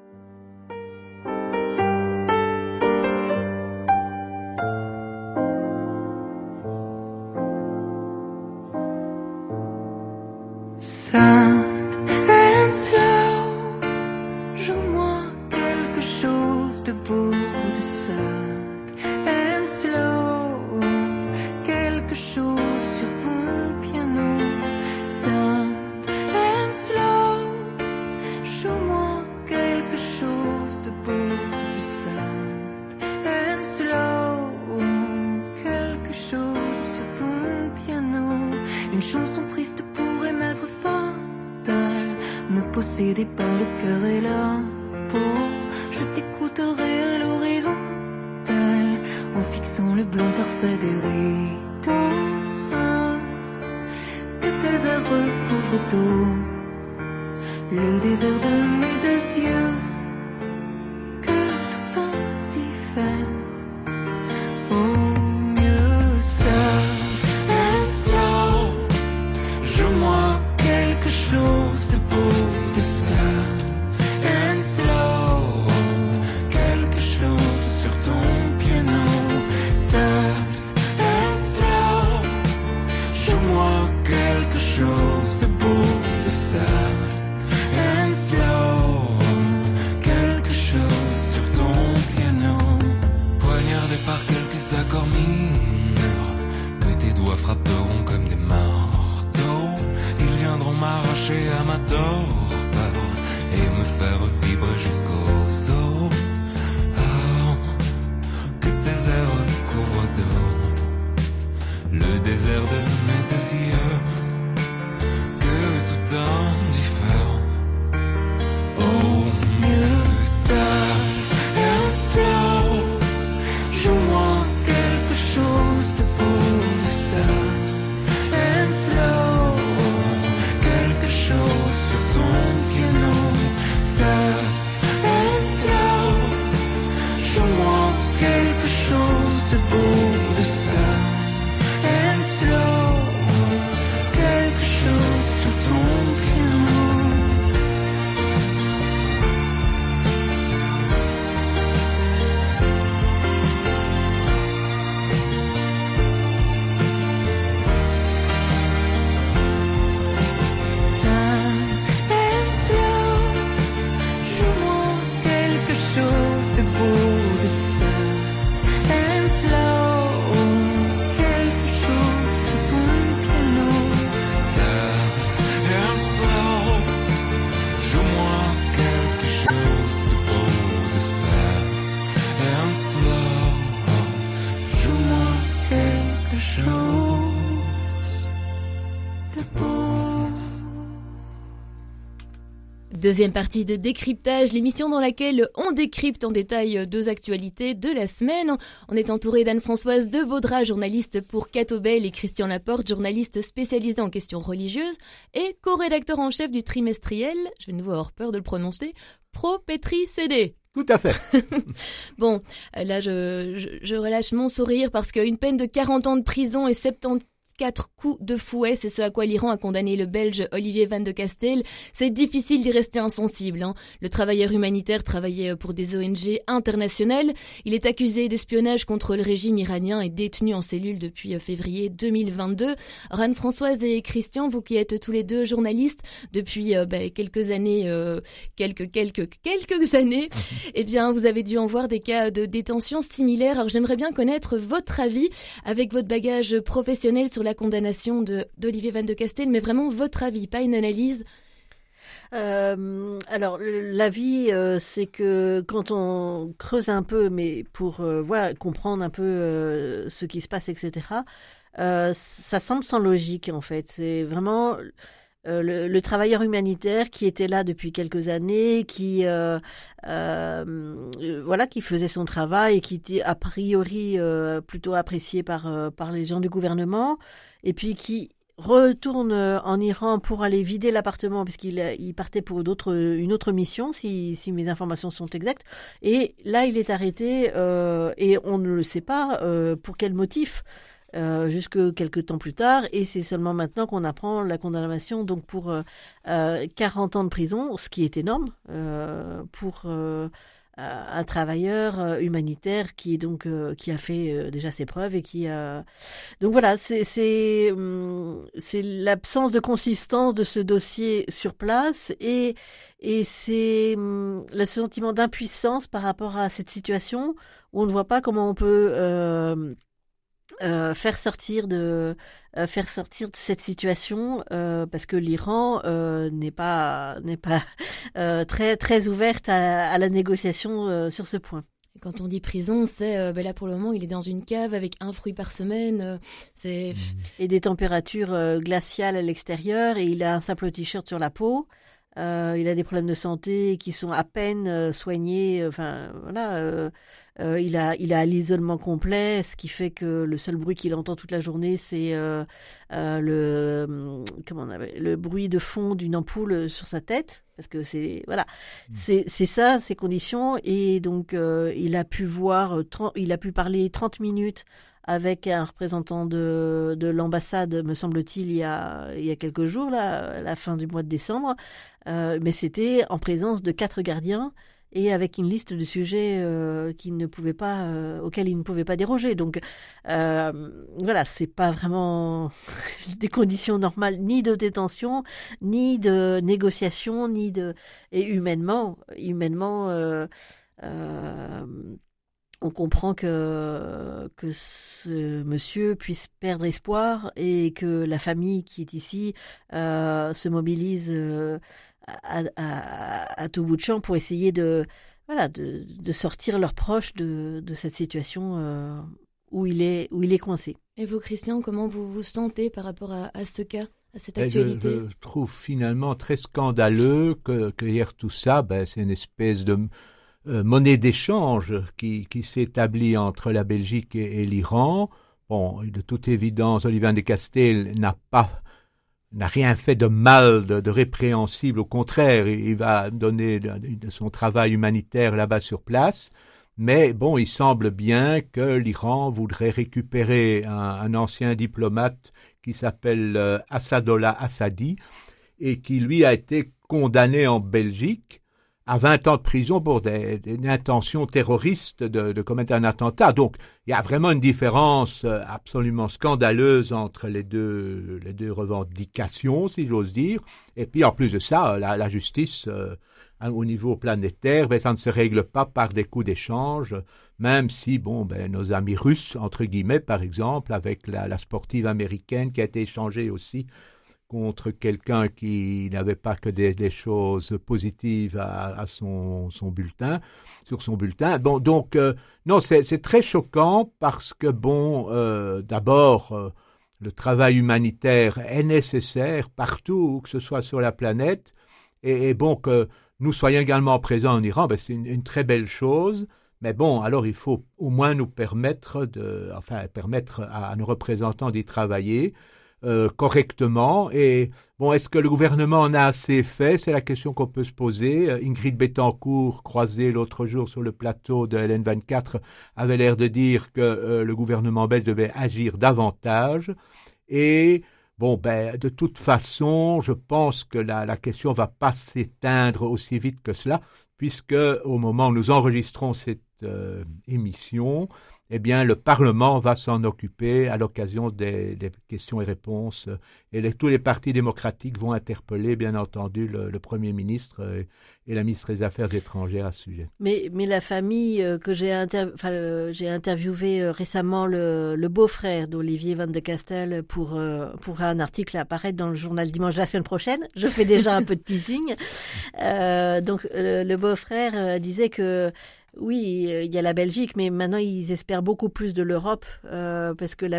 Sad and slow, joue-moi quelque chose de beau, de sad and slow, quelque chose sur ton piano. Sad and slow, joue-moi quelque chose de beau, de sad and slow, quelque chose sur ton piano. Une chanson triste pourrait m'être fatale, me posséder par le cœur et la peau. Je t'écouterai à l'horizontale, en fixant le blanc parfait des rideaux. Que tes airs recouvrent d'eau le désert de mes deux yeux, que tout indiffère au mieux. Sad and slow, joue-moi quelque chose de beau, de sad and slow, quelque chose sur ton piano. Sad and slow, joue-moi quelque chose de beau, de sad and slow, quelque chose sur ton piano. Poignardé par quelques accords mineurs, que tes doigts frapperont comme des marteaux. Ils viendront m'arracher à ma torpeur et me faire vibrer jusqu'aux os. Ah, que tes airs recouvrent d'eau le désert de mes deux yeux, que tout indiffère au mieux. Sad and slow, joue-moi quelque chose de beau, de sad and slow, quelque chose sur ton piano. Sad and slow, joue-moi quelque chose de beau, de sad and slow, quelque chose sur ton piano. debout de ça. And slow, quelque chose sur ton piano. Sad and slow, joue-moi quelque chose de beau, de sad and slow, Joue-moi quelque chose de beau. Deuxième partie de Décryptage, l'émission dans laquelle on décrypte en détail 2 actualités de la semaine. On est entouré d'Anne-Françoise de Baudrat, journaliste pour Catobel, et Christian Laporte, journaliste spécialisé en questions religieuses et co-rédacteur en chef du trimestriel, je vais de nouveau avoir peur de le prononcer, Pro Petri CD. Tout à fait. Bon, là je relâche mon sourire parce qu'une peine de 40 ans de prison et 74 coups de fouet, c'est ce à quoi l'Iran a condamné le Belge Olivier Van de Castel. C'est difficile d'y rester insensible. Le travailleur humanitaire travaillait pour des ONG internationales. Il est accusé d'espionnage contre le régime iranien et détenu en cellule depuis février 2022. Anne-Françoise et Christian, vous qui êtes tous les deux journalistes depuis quelques années, quelques années, eh bien vous avez dû en voir des cas de détention similaires. Alors j'aimerais bien connaître votre avis avec votre bagage professionnel sur la condamnation d'Olivier Van de Castel, mais vraiment votre avis, pas une analyse. Alors l'avis, c'est que quand on creuse un peu, mais pour comprendre un peu ce qui se passe, etc., ça semble sans logique en fait. C'est vraiment le travailleur humanitaire qui était là depuis quelques années, qui faisait son travail et qui était a priori plutôt apprécié par les gens du gouvernement, et puis qui retourne en Iran pour aller vider l'appartement puisqu'il partait pour une autre mission, si mes informations sont exactes. Et là, il est arrêté et on ne le sait pas pour quel motif. Jusque quelques temps plus tard, et c'est seulement maintenant qu'on apprend la condamnation donc pour 40 ans de prison, ce qui est énorme pour un travailleur humanitaire qui a fait déjà ses preuves et qui a donc voilà, c'est l'absence de consistance de ce dossier sur place et c'est le sentiment d'impuissance par rapport à cette situation où on ne voit pas comment on peut faire sortir de cette situation parce que l'Iran n'est pas très très ouverte à la négociation sur ce point. Et quand on dit prison, c'est là pour le moment il est dans une cave avec un fruit par semaine, c'est et des températures glaciales à l'extérieur, et il a un simple t-shirt sur la peau. Il a des problèmes de santé qui sont à peine soignés. Enfin voilà. Il a l'isolement complet, ce qui fait que le seul bruit qu'il entend toute la journée, c'est le bruit de fond d'une ampoule sur sa tête, parce que c'est ça, ces conditions. Et donc il a pu parler 30 minutes avec un représentant de l'ambassade, me semble-t-il, il y a quelques jours, là, à la fin du mois de décembre, mais c'était en présence de 4 gardiens et avec une liste de sujets auxquels il ne pouvait pas déroger. Donc voilà, c'est pas vraiment des conditions normales, ni de détention, ni de négociation, et humainement, on comprend que ce monsieur puisse perdre espoir et que la famille qui est ici se mobilise à tout bout de champ pour essayer de sortir leurs proches de cette situation où il est coincé. Et vous, Christian, comment vous vous sentez par rapport à ce cas, à cette actualité? Je trouve finalement très scandaleux que hier tout ça, c'est une espèce de monnaie d'échange qui s'établit entre la Belgique et l'Iran. Bon, de toute évidence, Olivier Van de Castel n'a rien fait de mal, de répréhensible. Au contraire, il va donner de son travail humanitaire là-bas sur place. Mais bon, il semble bien que l'Iran voudrait récupérer un ancien diplomate qui s'appelle Assadollah Assadi et qui, lui, a été condamné en Belgique à 20 ans de prison pour une intention terroriste de commettre un attentat. Donc, il y a vraiment une différence absolument scandaleuse entre les deux revendications, si j'ose dire. Et puis, en plus de ça, la justice au niveau planétaire, ça ne se règle pas par des coûts d'échange, même si nos amis russes, entre guillemets, par exemple, avec la sportive américaine qui a été échangée aussi contre quelqu'un qui n'avait pas que des choses positives à son bulletin, sur son bulletin. Non, c'est très choquant parce que, d'abord, le travail humanitaire est nécessaire partout, que ce soit sur la planète, et que nous soyons également présents en Iran, c'est une très belle chose. Mais alors il faut au moins nous permettre à nos représentants d'y travailler correctement. Et est-ce que le gouvernement en a assez fait? C'est la question qu'on peut se poser. Ingrid Betancourt, croisée l'autre jour sur le plateau de LN24, avait l'air de dire que le gouvernement belge devait agir davantage. Et de toute façon, je pense que la question ne va pas s'éteindre aussi vite que cela, puisque au moment où nous enregistrons cette émission, le Parlement va s'en occuper à l'occasion des questions et réponses. Et tous les partis démocratiques vont interpeller, bien entendu, le Premier ministre et la ministre des Affaires étrangères à ce sujet. Mais la famille que j'ai interviewé récemment le beau-frère d'Olivier Van de Castel pour un article à apparaître dans le journal Dimanche de la semaine prochaine. Je fais déjà un peu de teasing. Donc le beau-frère disait que oui, il y a la Belgique, mais maintenant ils espèrent beaucoup plus de l'Europe parce que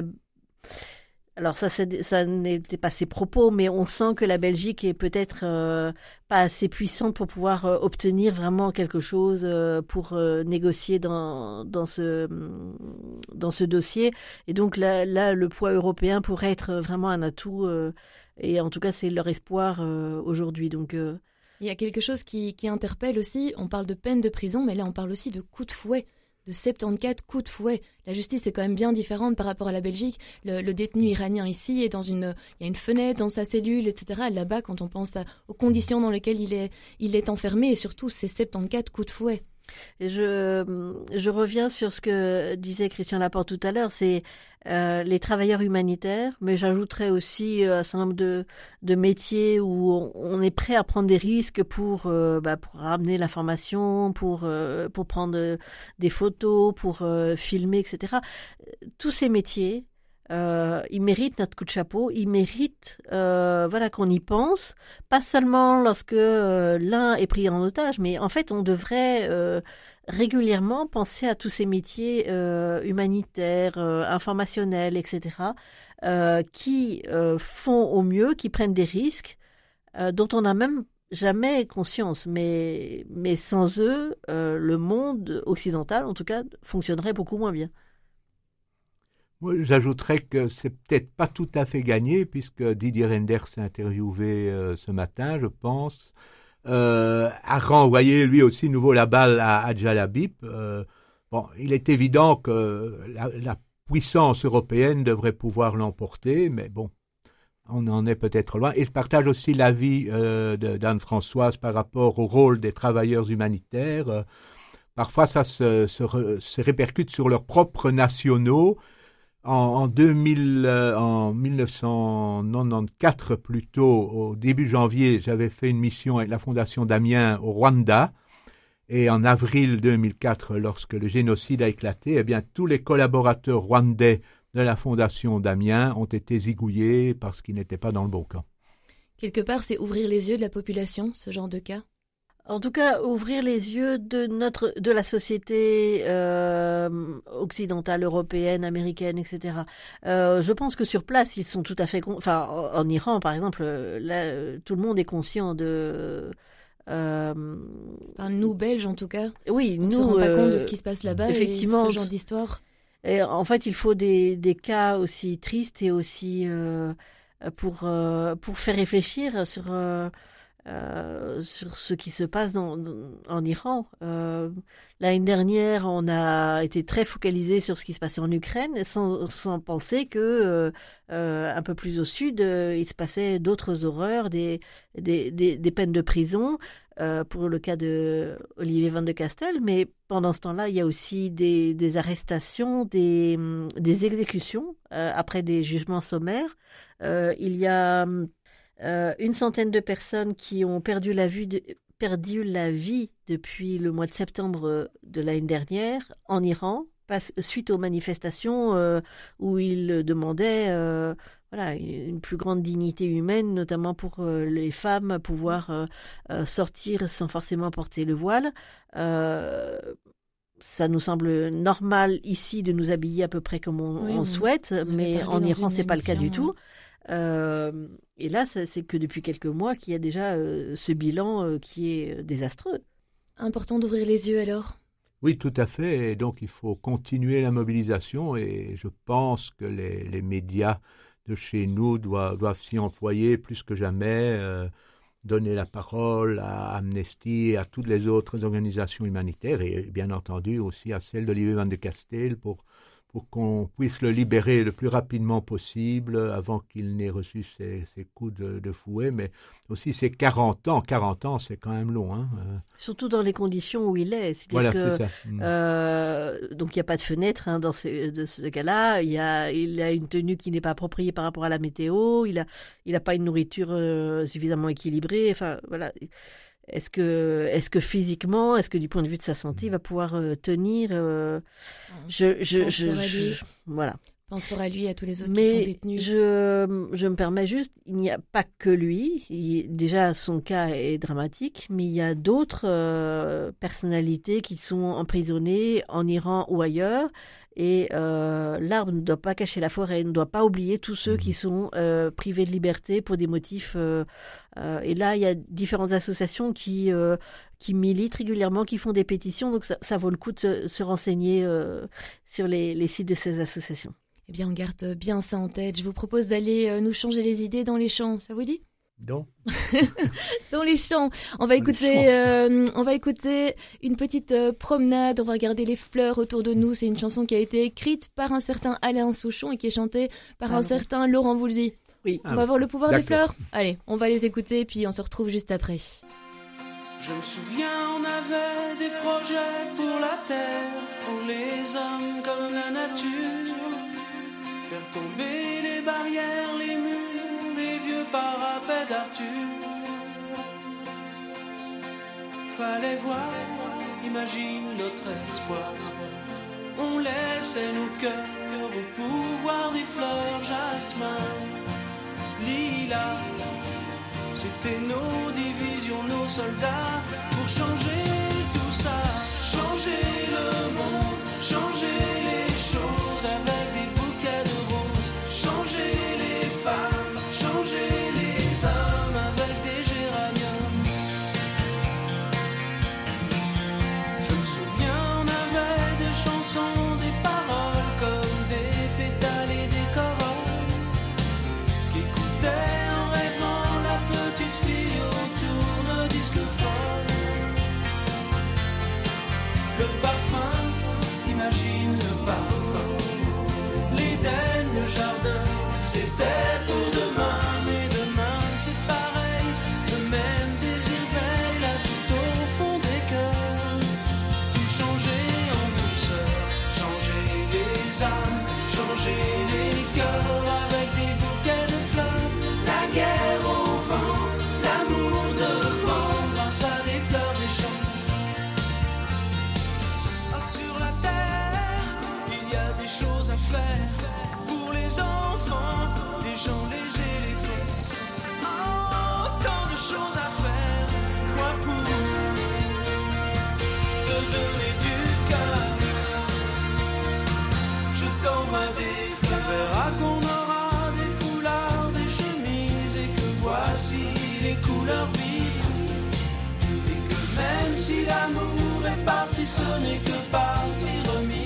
alors ça n'était pas ses propos, mais on sent que la Belgique est peut-être pas assez puissante pour pouvoir obtenir vraiment quelque chose pour négocier dans ce dossier. Et donc là, le poids européen pourrait être vraiment un atout. Et en tout cas, c'est leur espoir aujourd'hui. Donc il y a quelque chose qui interpelle aussi. On parle de peine de prison, mais là, on parle aussi de coups de fouet, de 74 coups de fouet. La justice est quand même bien différente par rapport à la Belgique. Le détenu iranien ici est il y a une fenêtre dans sa cellule, etc. Là-bas, quand on pense aux conditions dans lesquelles il est enfermé, et surtout ces 74 coups de fouet. Et je reviens sur ce que disait Christian Laporte tout à l'heure, c'est les travailleurs humanitaires, mais j'ajouterais aussi un certain nombre de métiers où on est prêt à prendre des risques pour ramener l'information, pour prendre des photos, pour filmer, etc. Tous ces métiers, ils méritent notre coup de chapeau, ils méritent qu'on y pense, pas seulement lorsque l'un est pris en otage, mais en fait on devrait régulièrement penser à tous ces métiers humanitaires, informationnels, etc., qui font au mieux, qui prennent des risques dont on n'a même jamais conscience, mais sans eux, le monde occidental, en tout cas, fonctionnerait beaucoup moins bien. J'ajouterais que c'est peut-être pas tout à fait gagné, puisque Didier Reynders s'est interviewé ce matin, je pense, a renvoyé lui aussi nouveau la balle à Jalabib. Il est évident que la puissance européenne devrait pouvoir l'emporter, mais on en est peut-être loin. Et je partage aussi l'avis d'Anne-Françoise par rapport au rôle des travailleurs humanitaires. Parfois, ça se répercute sur leurs propres nationaux. En 1994 plutôt, au début janvier, j'avais fait une mission avec la Fondation Damien au Rwanda. Et en avril 2004, lorsque le génocide a éclaté, tous les collaborateurs rwandais de la Fondation Damien ont été zigouillés parce qu'ils n'étaient pas dans le bon camp. Quelque part, c'est ouvrir les yeux de la population, ce genre de cas? En tout cas, ouvrir les yeux de la société occidentale, européenne, américaine, etc. Je pense que sur place, ils sont tout à fait... en Iran, par exemple, là, tout le monde est conscient de... nous, Belges, en tout cas. Oui, on ne se rend pas compte de ce qui se passe là-bas, effectivement, et ce genre d'histoire. Et en fait, il faut des cas aussi tristes et aussi pour faire réfléchir sur ce qui se passe en Iran. L'année dernière, on a été très focalisé sur ce qui se passait en Ukraine, sans penser que un peu plus au sud, il se passait d'autres horreurs, des peines de prison, pour le cas de Olivier Van de Castel, mais pendant ce temps-là, il y a aussi des arrestations, des exécutions après des jugements sommaires. Il y a une centaine de personnes qui ont perdu la vie perdu la vie depuis le mois de septembre de l'année dernière en Iran, suite aux manifestations où il demandait une plus grande dignité humaine, notamment pour les femmes, pouvoir sortir sans forcément porter le voile. Ça nous semble normal ici de nous habiller à peu près comme on souhaite, mais en Iran, c'est pas le cas du tout. Et là, c'est que depuis quelques mois qu'il y a déjà ce bilan qui est désastreux. Important d'ouvrir les yeux alors. Oui, tout à fait. Et donc, il faut continuer la mobilisation et je pense que les médias de chez nous doivent s'y employer plus que jamais, donner la parole à Amnesty et à toutes les autres organisations humanitaires et bien entendu aussi à celle d'Olivier Van de Castel pour qu'on puisse le libérer le plus rapidement possible avant qu'il n'ait reçu ses coups de fouet, mais aussi ses 40 ans. 40 ans, c'est quand même long. Hein. Surtout dans les conditions où il est. Voilà, c'est ça. Donc, il n'y a pas de fenêtre dans ce cas-là. Il a une tenue qui n'est pas appropriée par rapport à la météo. Il a pas une nourriture suffisamment équilibrée. Enfin, voilà. Est-ce que physiquement, est-ce que du point de vue de sa santé, il va pouvoir tenir voilà. Pense pour à lui et à tous les autres qui sont détenus. Je me permets juste, il n'y a pas que lui. Déjà, son cas est dramatique, mais il y a d'autres personnalités qui sont emprisonnées en Iran ou ailleurs. Et l'arbre ne doit pas cacher la forêt, il ne doit pas oublier tous ceux qui sont privés de liberté pour des motifs. Et là, il y a différentes associations qui militent régulièrement, qui font des pétitions. Donc ça vaut le coup de se renseigner sur les sites de ces associations. Eh bien, on garde bien ça en tête. Je vous propose d'aller nous changer les idées dans les champs. Ça vous dit ? Non. Dans les champs. On va écouter une petite promenade. On va regarder les fleurs autour de nous. C'est une chanson qui a été écrite par un certain Alain Souchon et qui est chantée par un certain Laurent Voulzy. Oui. On va voir le pouvoir des fleurs. Allez, on va les écouter puis on se retrouve juste après. Je me souviens, on avait des projets pour la terre, pour les hommes comme la nature. Faire tomber les barrières, les murs, les vieux parapets d'Arthur. Fallait voir, imagine notre espoir. On laissait nos cœurs au pouvoir des fleurs, jasmin, lilas. C'était nos divisions, nos soldats, pour changer tout ça, changer le monde, changer les choses avec des bouquets de roses, changer les femmes, changer les hommes avec des géraniums. Je me souviens, on avait des chansons, des paroles comme des pétales et des corolles qui écoutaient. Le parfum, imagine le parfum. L'Éden, le jardin, c'était pour demain. Mais demain c'est pareil, le même désir veille là tout au fond des cœurs. Tout changer en douceur, changer les âmes, changer les cœurs avec des bouquets de fleurs. La guerre au vent, l'amour devant, grâce à des fleurs des champs. À faire pour les enfants, les gens, les éléphants. Oh, tant de choses à faire, moi pour te donner du cœur. Je t'envoie des fleurs. Tu verras qu'on aura des foulards, des chemises et que voici les couleurs vives. Et que même si l'amour est parti, ce n'est que partie remise.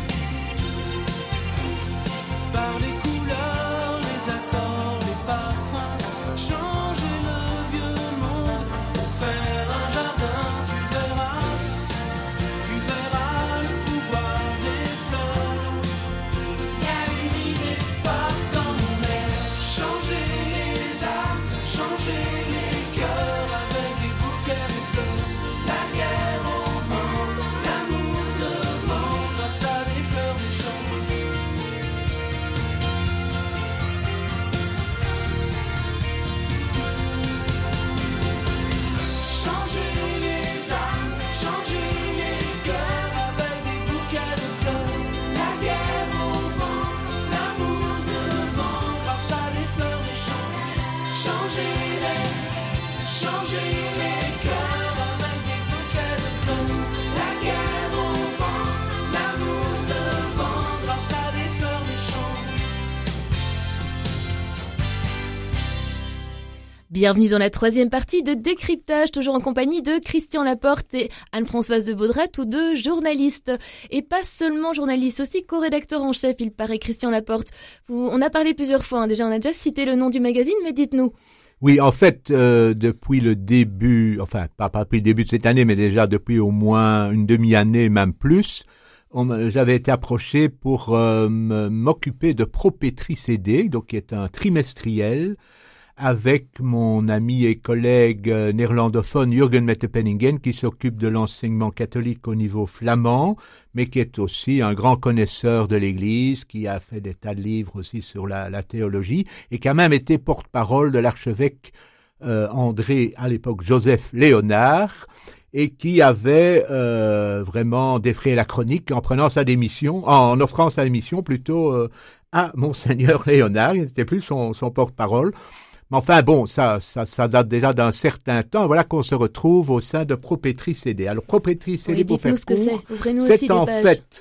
Par les couleurs, les accords, les parfums, changer le vieux monde pour faire un jardin. Tu verras le pouvoir des fleurs. Y a une idée pas dans mon air, changer les âmes, changer les cœurs avec des bouquets de fleurs. La guerre au vent, l'amour devant. Bienvenue dans la troisième partie de Décryptage, toujours en compagnie de Christian Laporte et Anne-Françoise de Baudret, tous deux journalistes. Et pas seulement journalistes, aussi co-rédacteur en chef, il paraît, Christian Laporte. On a parlé plusieurs fois, déjà on a déjà cité le nom du magazine, mais dites-nous. Oui, en fait, depuis le début, enfin pas depuis le début de cette année, mais déjà depuis au moins une demi-année, même plus, j'avais été approché pour m'occuper de Propétrie CD, donc qui est un trimestriel, avec mon ami et collègue néerlandophone Jürgen Mettepenningen, qui s'occupe de l'enseignement catholique au niveau flamand, mais qui est aussi un grand connaisseur de l'Église, qui a fait des tas de livres aussi sur la théologie, et qui a même été porte-parole de l'archevêque André, à l'époque Joseph Léonard, et qui avait vraiment défrayé la chronique en prenant sa démission, en offrant sa démission plutôt à Monseigneur Léonard. Il n'était plus son porte-parole. Mais enfin bon, ça date déjà d'un certain temps. Voilà qu'on se retrouve au sein de Propétrie CD. Alors Propétrie CD, pour faire court, c'est en fait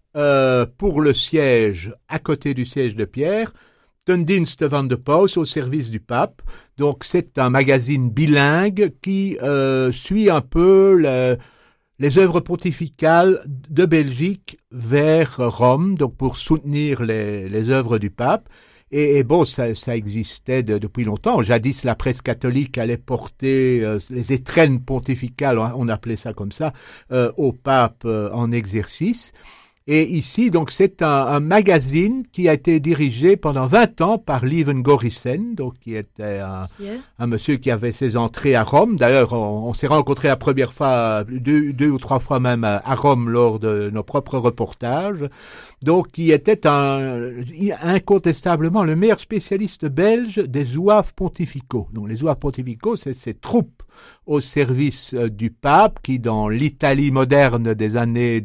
pour le siège, à côté du siège de Pierre, Ten Dienst van de Paus, au service du pape. Donc c'est un magazine bilingue qui suit un peu les œuvres pontificales de Belgique vers Rome, donc pour soutenir les œuvres du pape. Et bon, ça existait depuis longtemps. Jadis, la presse catholique allait porter les étrennes pontificales, on appelait ça comme ça, au pape en exercice. Et ici, donc, c'est un magazine qui a été dirigé pendant 20 ans par Lieven Gorissen, donc qui était un monsieur qui avait ses entrées à Rome. D'ailleurs, on s'est rencontrés la première fois, deux ou trois fois même à Rome lors de nos propres reportages. Donc, qui était incontestablement le meilleur spécialiste belge des zouaves pontificaux. Donc, les zouaves pontificaux, c'est ces troupes au service du pape qui, dans l'Italie moderne des années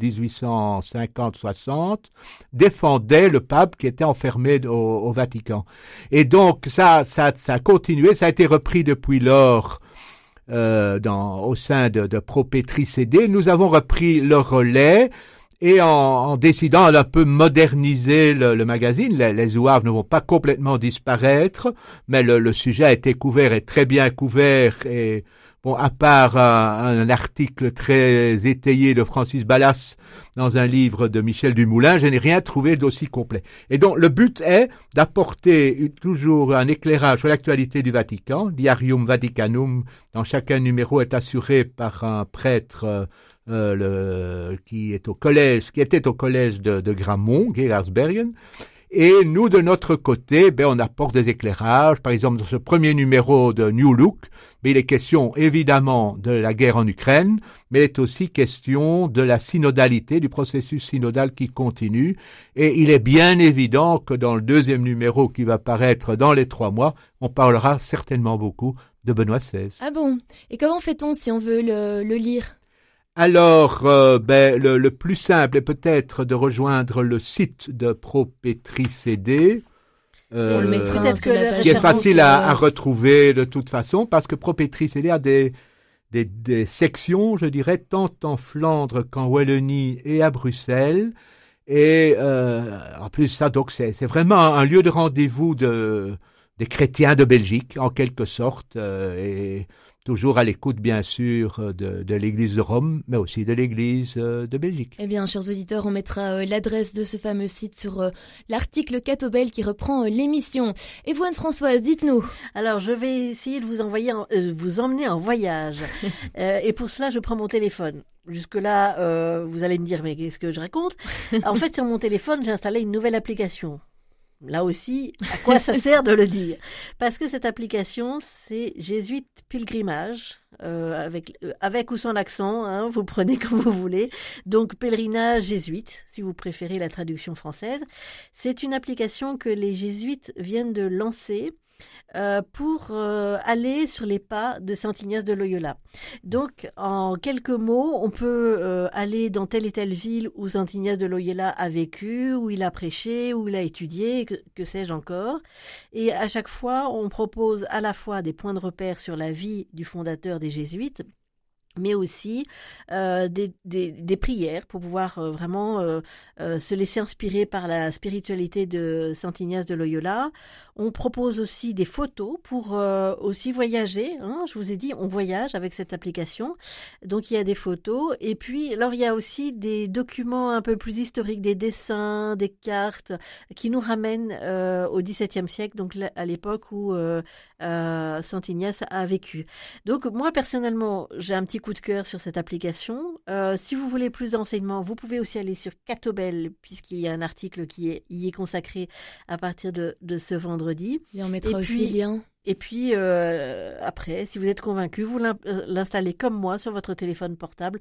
1850-60, défendait le pape qui était enfermé au Vatican. Et donc, ça a continué, ça a été repris depuis lors au sein de Propétrie CD. Nous avons repris le relais. Et en décidant d'un peu moderniser le magazine, les zouaves ne vont pas complètement disparaître, mais le sujet a été couvert et très bien couvert. Et bon, à part un article très étayé de Francis Ballas dans un livre de Michel Dumoulin, je n'ai rien trouvé d'aussi complet. Et donc, le but est d'apporter toujours un éclairage sur l'actualité du Vatican. Diarium Vaticanum, dans chacun numéro, est assuré par un prêtre qui était au collège de Grammont, Geraardsbergen. Et nous, de notre côté, on apporte des éclairages. Par exemple, dans ce premier numéro de New Look, il est question évidemment de la guerre en Ukraine, mais il est aussi question de la synodalité, du processus synodal qui continue. Et il est bien évident que dans le deuxième numéro qui va paraître dans les 3 mois, on parlera certainement beaucoup de Benoît XVI. Ah bon? Et comment fait-on si on veut le lire? Alors, le plus simple est peut-être de rejoindre le site de Propétrie CD, qui est facile à retrouver de toute façon, parce que Propétrie CD a des sections, je dirais, tant en Flandre qu'en Wallonie et à Bruxelles. Et en plus, ça, donc, c'est vraiment un lieu de rendez-vous des chrétiens de Belgique, en quelque sorte, et toujours à l'écoute, bien sûr, de l'Église de Rome, mais aussi de l'Église de Belgique. Eh bien, chers auditeurs, on mettra l'adresse de ce fameux site sur l'article Catobel qui reprend l'émission. Et vous, Anne-Françoise, dites-nous. Alors, je vais essayer de vous emmener en voyage. Et pour cela, je prends mon téléphone. Jusque-là, vous allez me dire, mais qu'est-ce que je raconte? En fait, sur mon téléphone, j'ai installé une nouvelle application. Là aussi, à quoi ça sert de le dire? Parce que cette application, c'est Jésuite Pèlerinage, avec ou sans l'accent, hein, vous prenez comme vous voulez. Donc, pèlerinage jésuite, si vous préférez la traduction française. C'est une application que les jésuites viennent de lancer pour aller sur les pas de Saint Ignace de Loyola. Donc, en quelques mots, on peut aller dans telle et telle ville où Saint Ignace de Loyola a vécu, où il a prêché, où il a étudié, que sais-je encore. Et à chaque fois, on propose à la fois des points de repère sur la vie du fondateur des Jésuites, mais aussi des prières pour pouvoir vraiment se laisser inspirer par la spiritualité de Saint Ignace de Loyola. On propose aussi des photos pour aussi voyager. Je vous ai dit, on voyage avec cette application. Donc, il y a des photos. Et puis, alors, il y a aussi des documents un peu plus historiques, des dessins, des cartes qui nous ramènent au XVIIe siècle, donc à l'époque où Saint Ignace a vécu. Donc, moi, personnellement, j'ai un petit coup de cœur sur cette application. Si vous voulez plus d'enseignements, vous pouvez aussi aller sur Catobel, puisqu'il y a un article qui y est consacré à partir de ce vendredi. Et on mettra aussi le lien. Et puis, après, si vous êtes convaincu, vous l'installez comme moi sur votre téléphone portable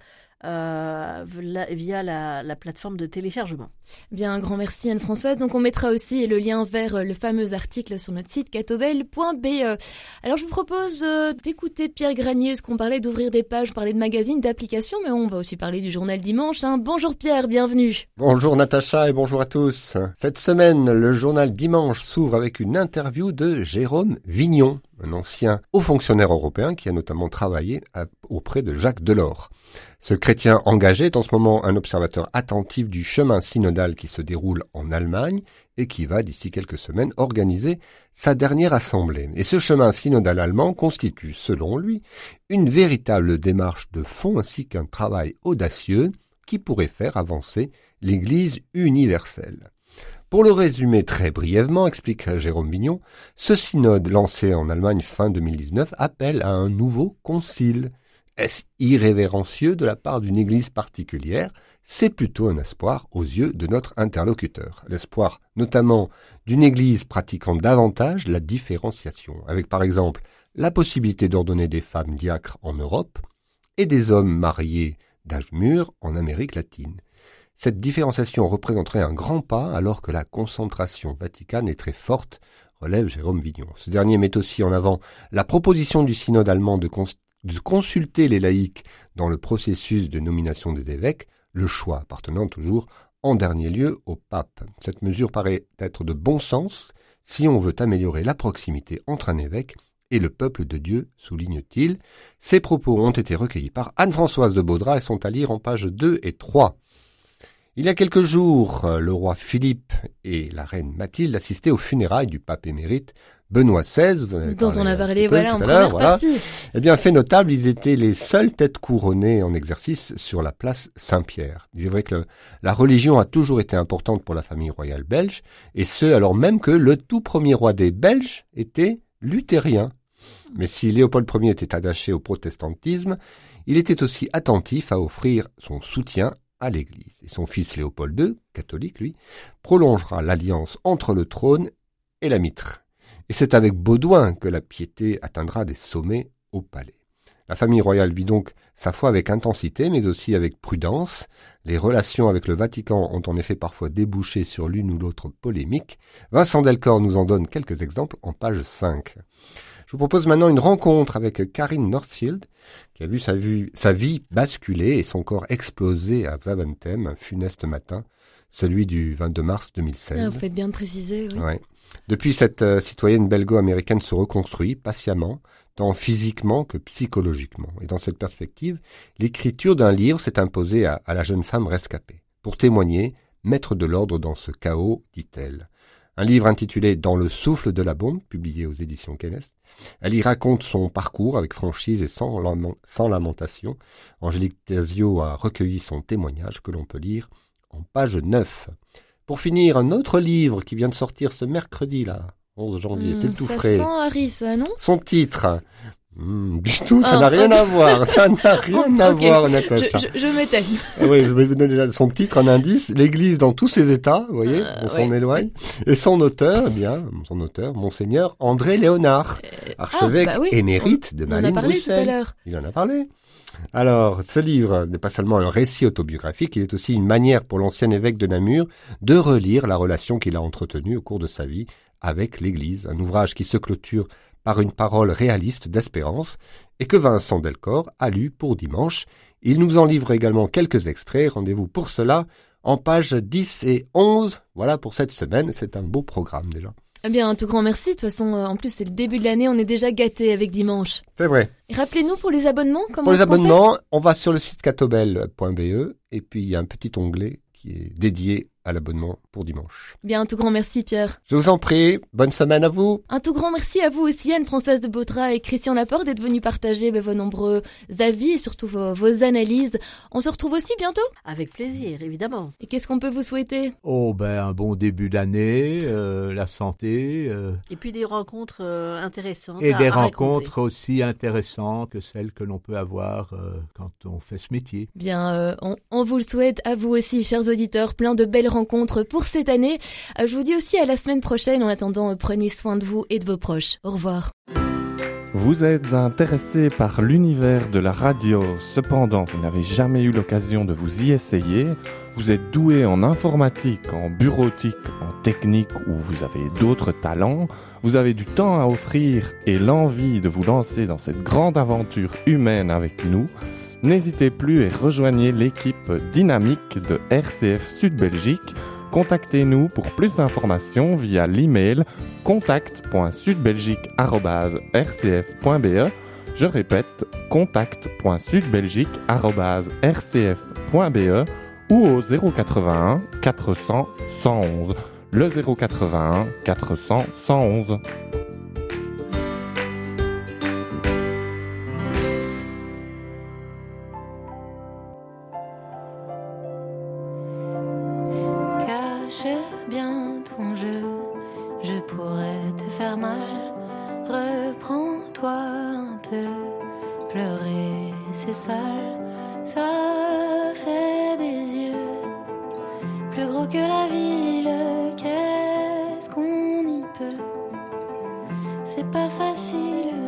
via la plateforme de téléchargement. Bien, un grand merci Anne-Françoise. Donc, on mettra aussi le lien vers le fameux article sur notre site catobel.be. Alors, je vous propose d'écouter Pierre Granier, parce qu'on parlait d'ouvrir des pages, on parlait de magazines, d'applications, mais on va aussi parler du journal Dimanche. Bonjour Pierre, bienvenue. Bonjour Natacha et bonjour à tous. Cette semaine, le journal Dimanche s'ouvre avec une interview de Jérôme Vignon, un ancien haut fonctionnaire européen qui a notamment travaillé auprès de Jacques Delors. Ce chrétien engagé est en ce moment un observateur attentif du chemin synodal qui se déroule en Allemagne et qui va, d'ici quelques semaines, organiser sa dernière assemblée. Et ce chemin synodal allemand constitue, selon lui, une véritable démarche de fond ainsi qu'un travail audacieux qui pourrait faire avancer l'Église universelle. Pour le résumer très brièvement, explique Jérôme Vignon, ce synode lancé en Allemagne fin 2019 appelle à un nouveau concile. Est-ce irrévérencieux de la part d'une église particulière? C'est plutôt un espoir aux yeux de notre interlocuteur. L'espoir notamment d'une église pratiquant davantage la différenciation, avec par exemple la possibilité d'ordonner des femmes diacres en Europe et des hommes mariés d'âge mûr en Amérique latine. Cette différenciation représenterait un grand pas alors que la concentration vaticane est très forte, relève Jérôme Vignon. Ce dernier met aussi en avant la proposition du synode allemand de consulter les laïcs dans le processus de nomination des évêques, le choix appartenant toujours en dernier lieu au pape. Cette mesure paraît être de bon sens si on veut améliorer la proximité entre un évêque et le peuple de Dieu, souligne-t-il. Ces propos ont été recueillis par Anne-Françoise de Baudrat et sont à lire en pages 2 et 3. Il y a quelques jours, le roi Philippe et la reine Mathilde assistaient aux funérailles du pape émérite Benoît XVI. Dont on a parlé, voilà, en première partie. Eh bien, fait notable, ils étaient les seules têtes couronnées en exercice sur la place Saint-Pierre. Il est vrai que la religion a toujours été importante pour la famille royale belge, et ce, alors même que le tout premier roi des Belges était luthérien. Mais si Léopold Ier était attaché au protestantisme, il était aussi attentif à offrir son soutien à l'Église. Et son fils Léopold II, catholique lui, prolongera l'alliance entre le trône et la mitre. Et c'est avec Baudouin que la piété atteindra des sommets au palais. La famille royale vit donc sa foi avec intensité, mais aussi avec prudence. Les relations avec le Vatican ont en effet parfois débouché sur l'une ou l'autre polémique. Vincent Delcor nous en donne quelques exemples en page 5. Je vous propose maintenant une rencontre avec Karine Northfield, qui a vu sa vie basculer et son corps exploser à Zaventem, un funeste matin, celui du 22 mars 2016. Ah, vous faites bien de préciser, oui. Ouais. Depuis, cette citoyenne belgo-américaine se reconstruit patiemment, tant physiquement que psychologiquement. Et dans cette perspective, l'écriture d'un livre s'est imposée à la jeune femme rescapée. Pour témoigner, mettre de l'ordre dans ce chaos, dit-elle. Un livre intitulé « Dans le souffle de la bombe », publié aux éditions Kennes. Elle y raconte son parcours avec franchise et sans lamentation. Angélique Tasio a recueilli son témoignage que l'on peut lire en page 9. Pour finir, un autre livre qui vient de sortir ce mercredi, là, 11 janvier, c'est tout frais. Ça sent Harry, ça, non? Son titre... du tout, ça n'a rien à voir. Ça n'a rien à voir, Natacha. Je m'étais. Oui, je vais vous donner déjà son titre, un indice. L'Église dans tous ses états, vous voyez, on s'en éloigne. Et son auteur, Monseigneur André Léonard, archevêque émérite de Malines-Bruxelles. On en a parlé tout à l'heure. Il en a parlé. Alors, ce livre n'est pas seulement un récit autobiographique, il est aussi une manière pour l'ancien évêque de Namur de relire la relation qu'il a entretenue au cours de sa vie avec l'Église. Un ouvrage qui se clôture par une parole réaliste d'espérance et que Vincent Delcor a lu pour dimanche. Il nous en livre également quelques extraits. Rendez-vous pour cela en pages 10 et 11. Voilà pour cette semaine. C'est un beau programme déjà. Eh bien, un tout grand merci. De toute façon, en plus, c'est le début de l'année, on est déjà gâtés avec dimanche. C'est vrai. Et rappelez-nous pour les abonnements, comment Pour les est-ce qu'on fait ? abonnements, on va sur le site catobel.be et puis il y a un petit onglet qui est dédié à l'abonnement pour dimanche. Bien, un tout grand merci, Pierre. Je vous en prie, bonne semaine à vous. Un tout grand merci à vous aussi, Anne-Françoise de Bautrat et Christian Laporte, d'être venus partager vos nombreux avis et surtout vos analyses. On se retrouve aussi bientôt ? Avec plaisir, évidemment. Et qu'est-ce qu'on peut vous souhaiter ? Oh, un bon début d'année, la santé. Et puis des rencontres intéressantes. Et des à rencontres raconter. aussi intéressantes que celles que l'on peut avoir quand on fait ce métier. Bien, on vous le souhaite à vous aussi, chers auditeurs, plein de belles rencontres pour cette année. Je vous dis aussi à la semaine prochaine. En attendant, prenez soin de vous et de vos proches. Au revoir. Vous êtes intéressé par l'univers de la radio, cependant vous n'avez jamais eu l'occasion de vous y essayer, vous êtes doué en informatique, en bureautique, en technique ou vous avez d'autres talents, vous avez du temps à offrir et l'envie de vous lancer dans cette grande aventure humaine avec nous, n'hésitez plus et rejoignez l'équipe dynamique de RCF Sud Belgique. Contactez-nous pour plus d'informations via l'email contact.sudbelgique@rcf.be. Je répète, contact.sudbelgique@rcf.be ou au 081 400 111. Le 081 400 111. Cache bien ton jeu, je pourrais te faire mal. Reprends-toi un peu, pleurer c'est sale, ça fait des yeux plus gros que la ville. Qu'est-ce qu'on y peut? C'est pas facile.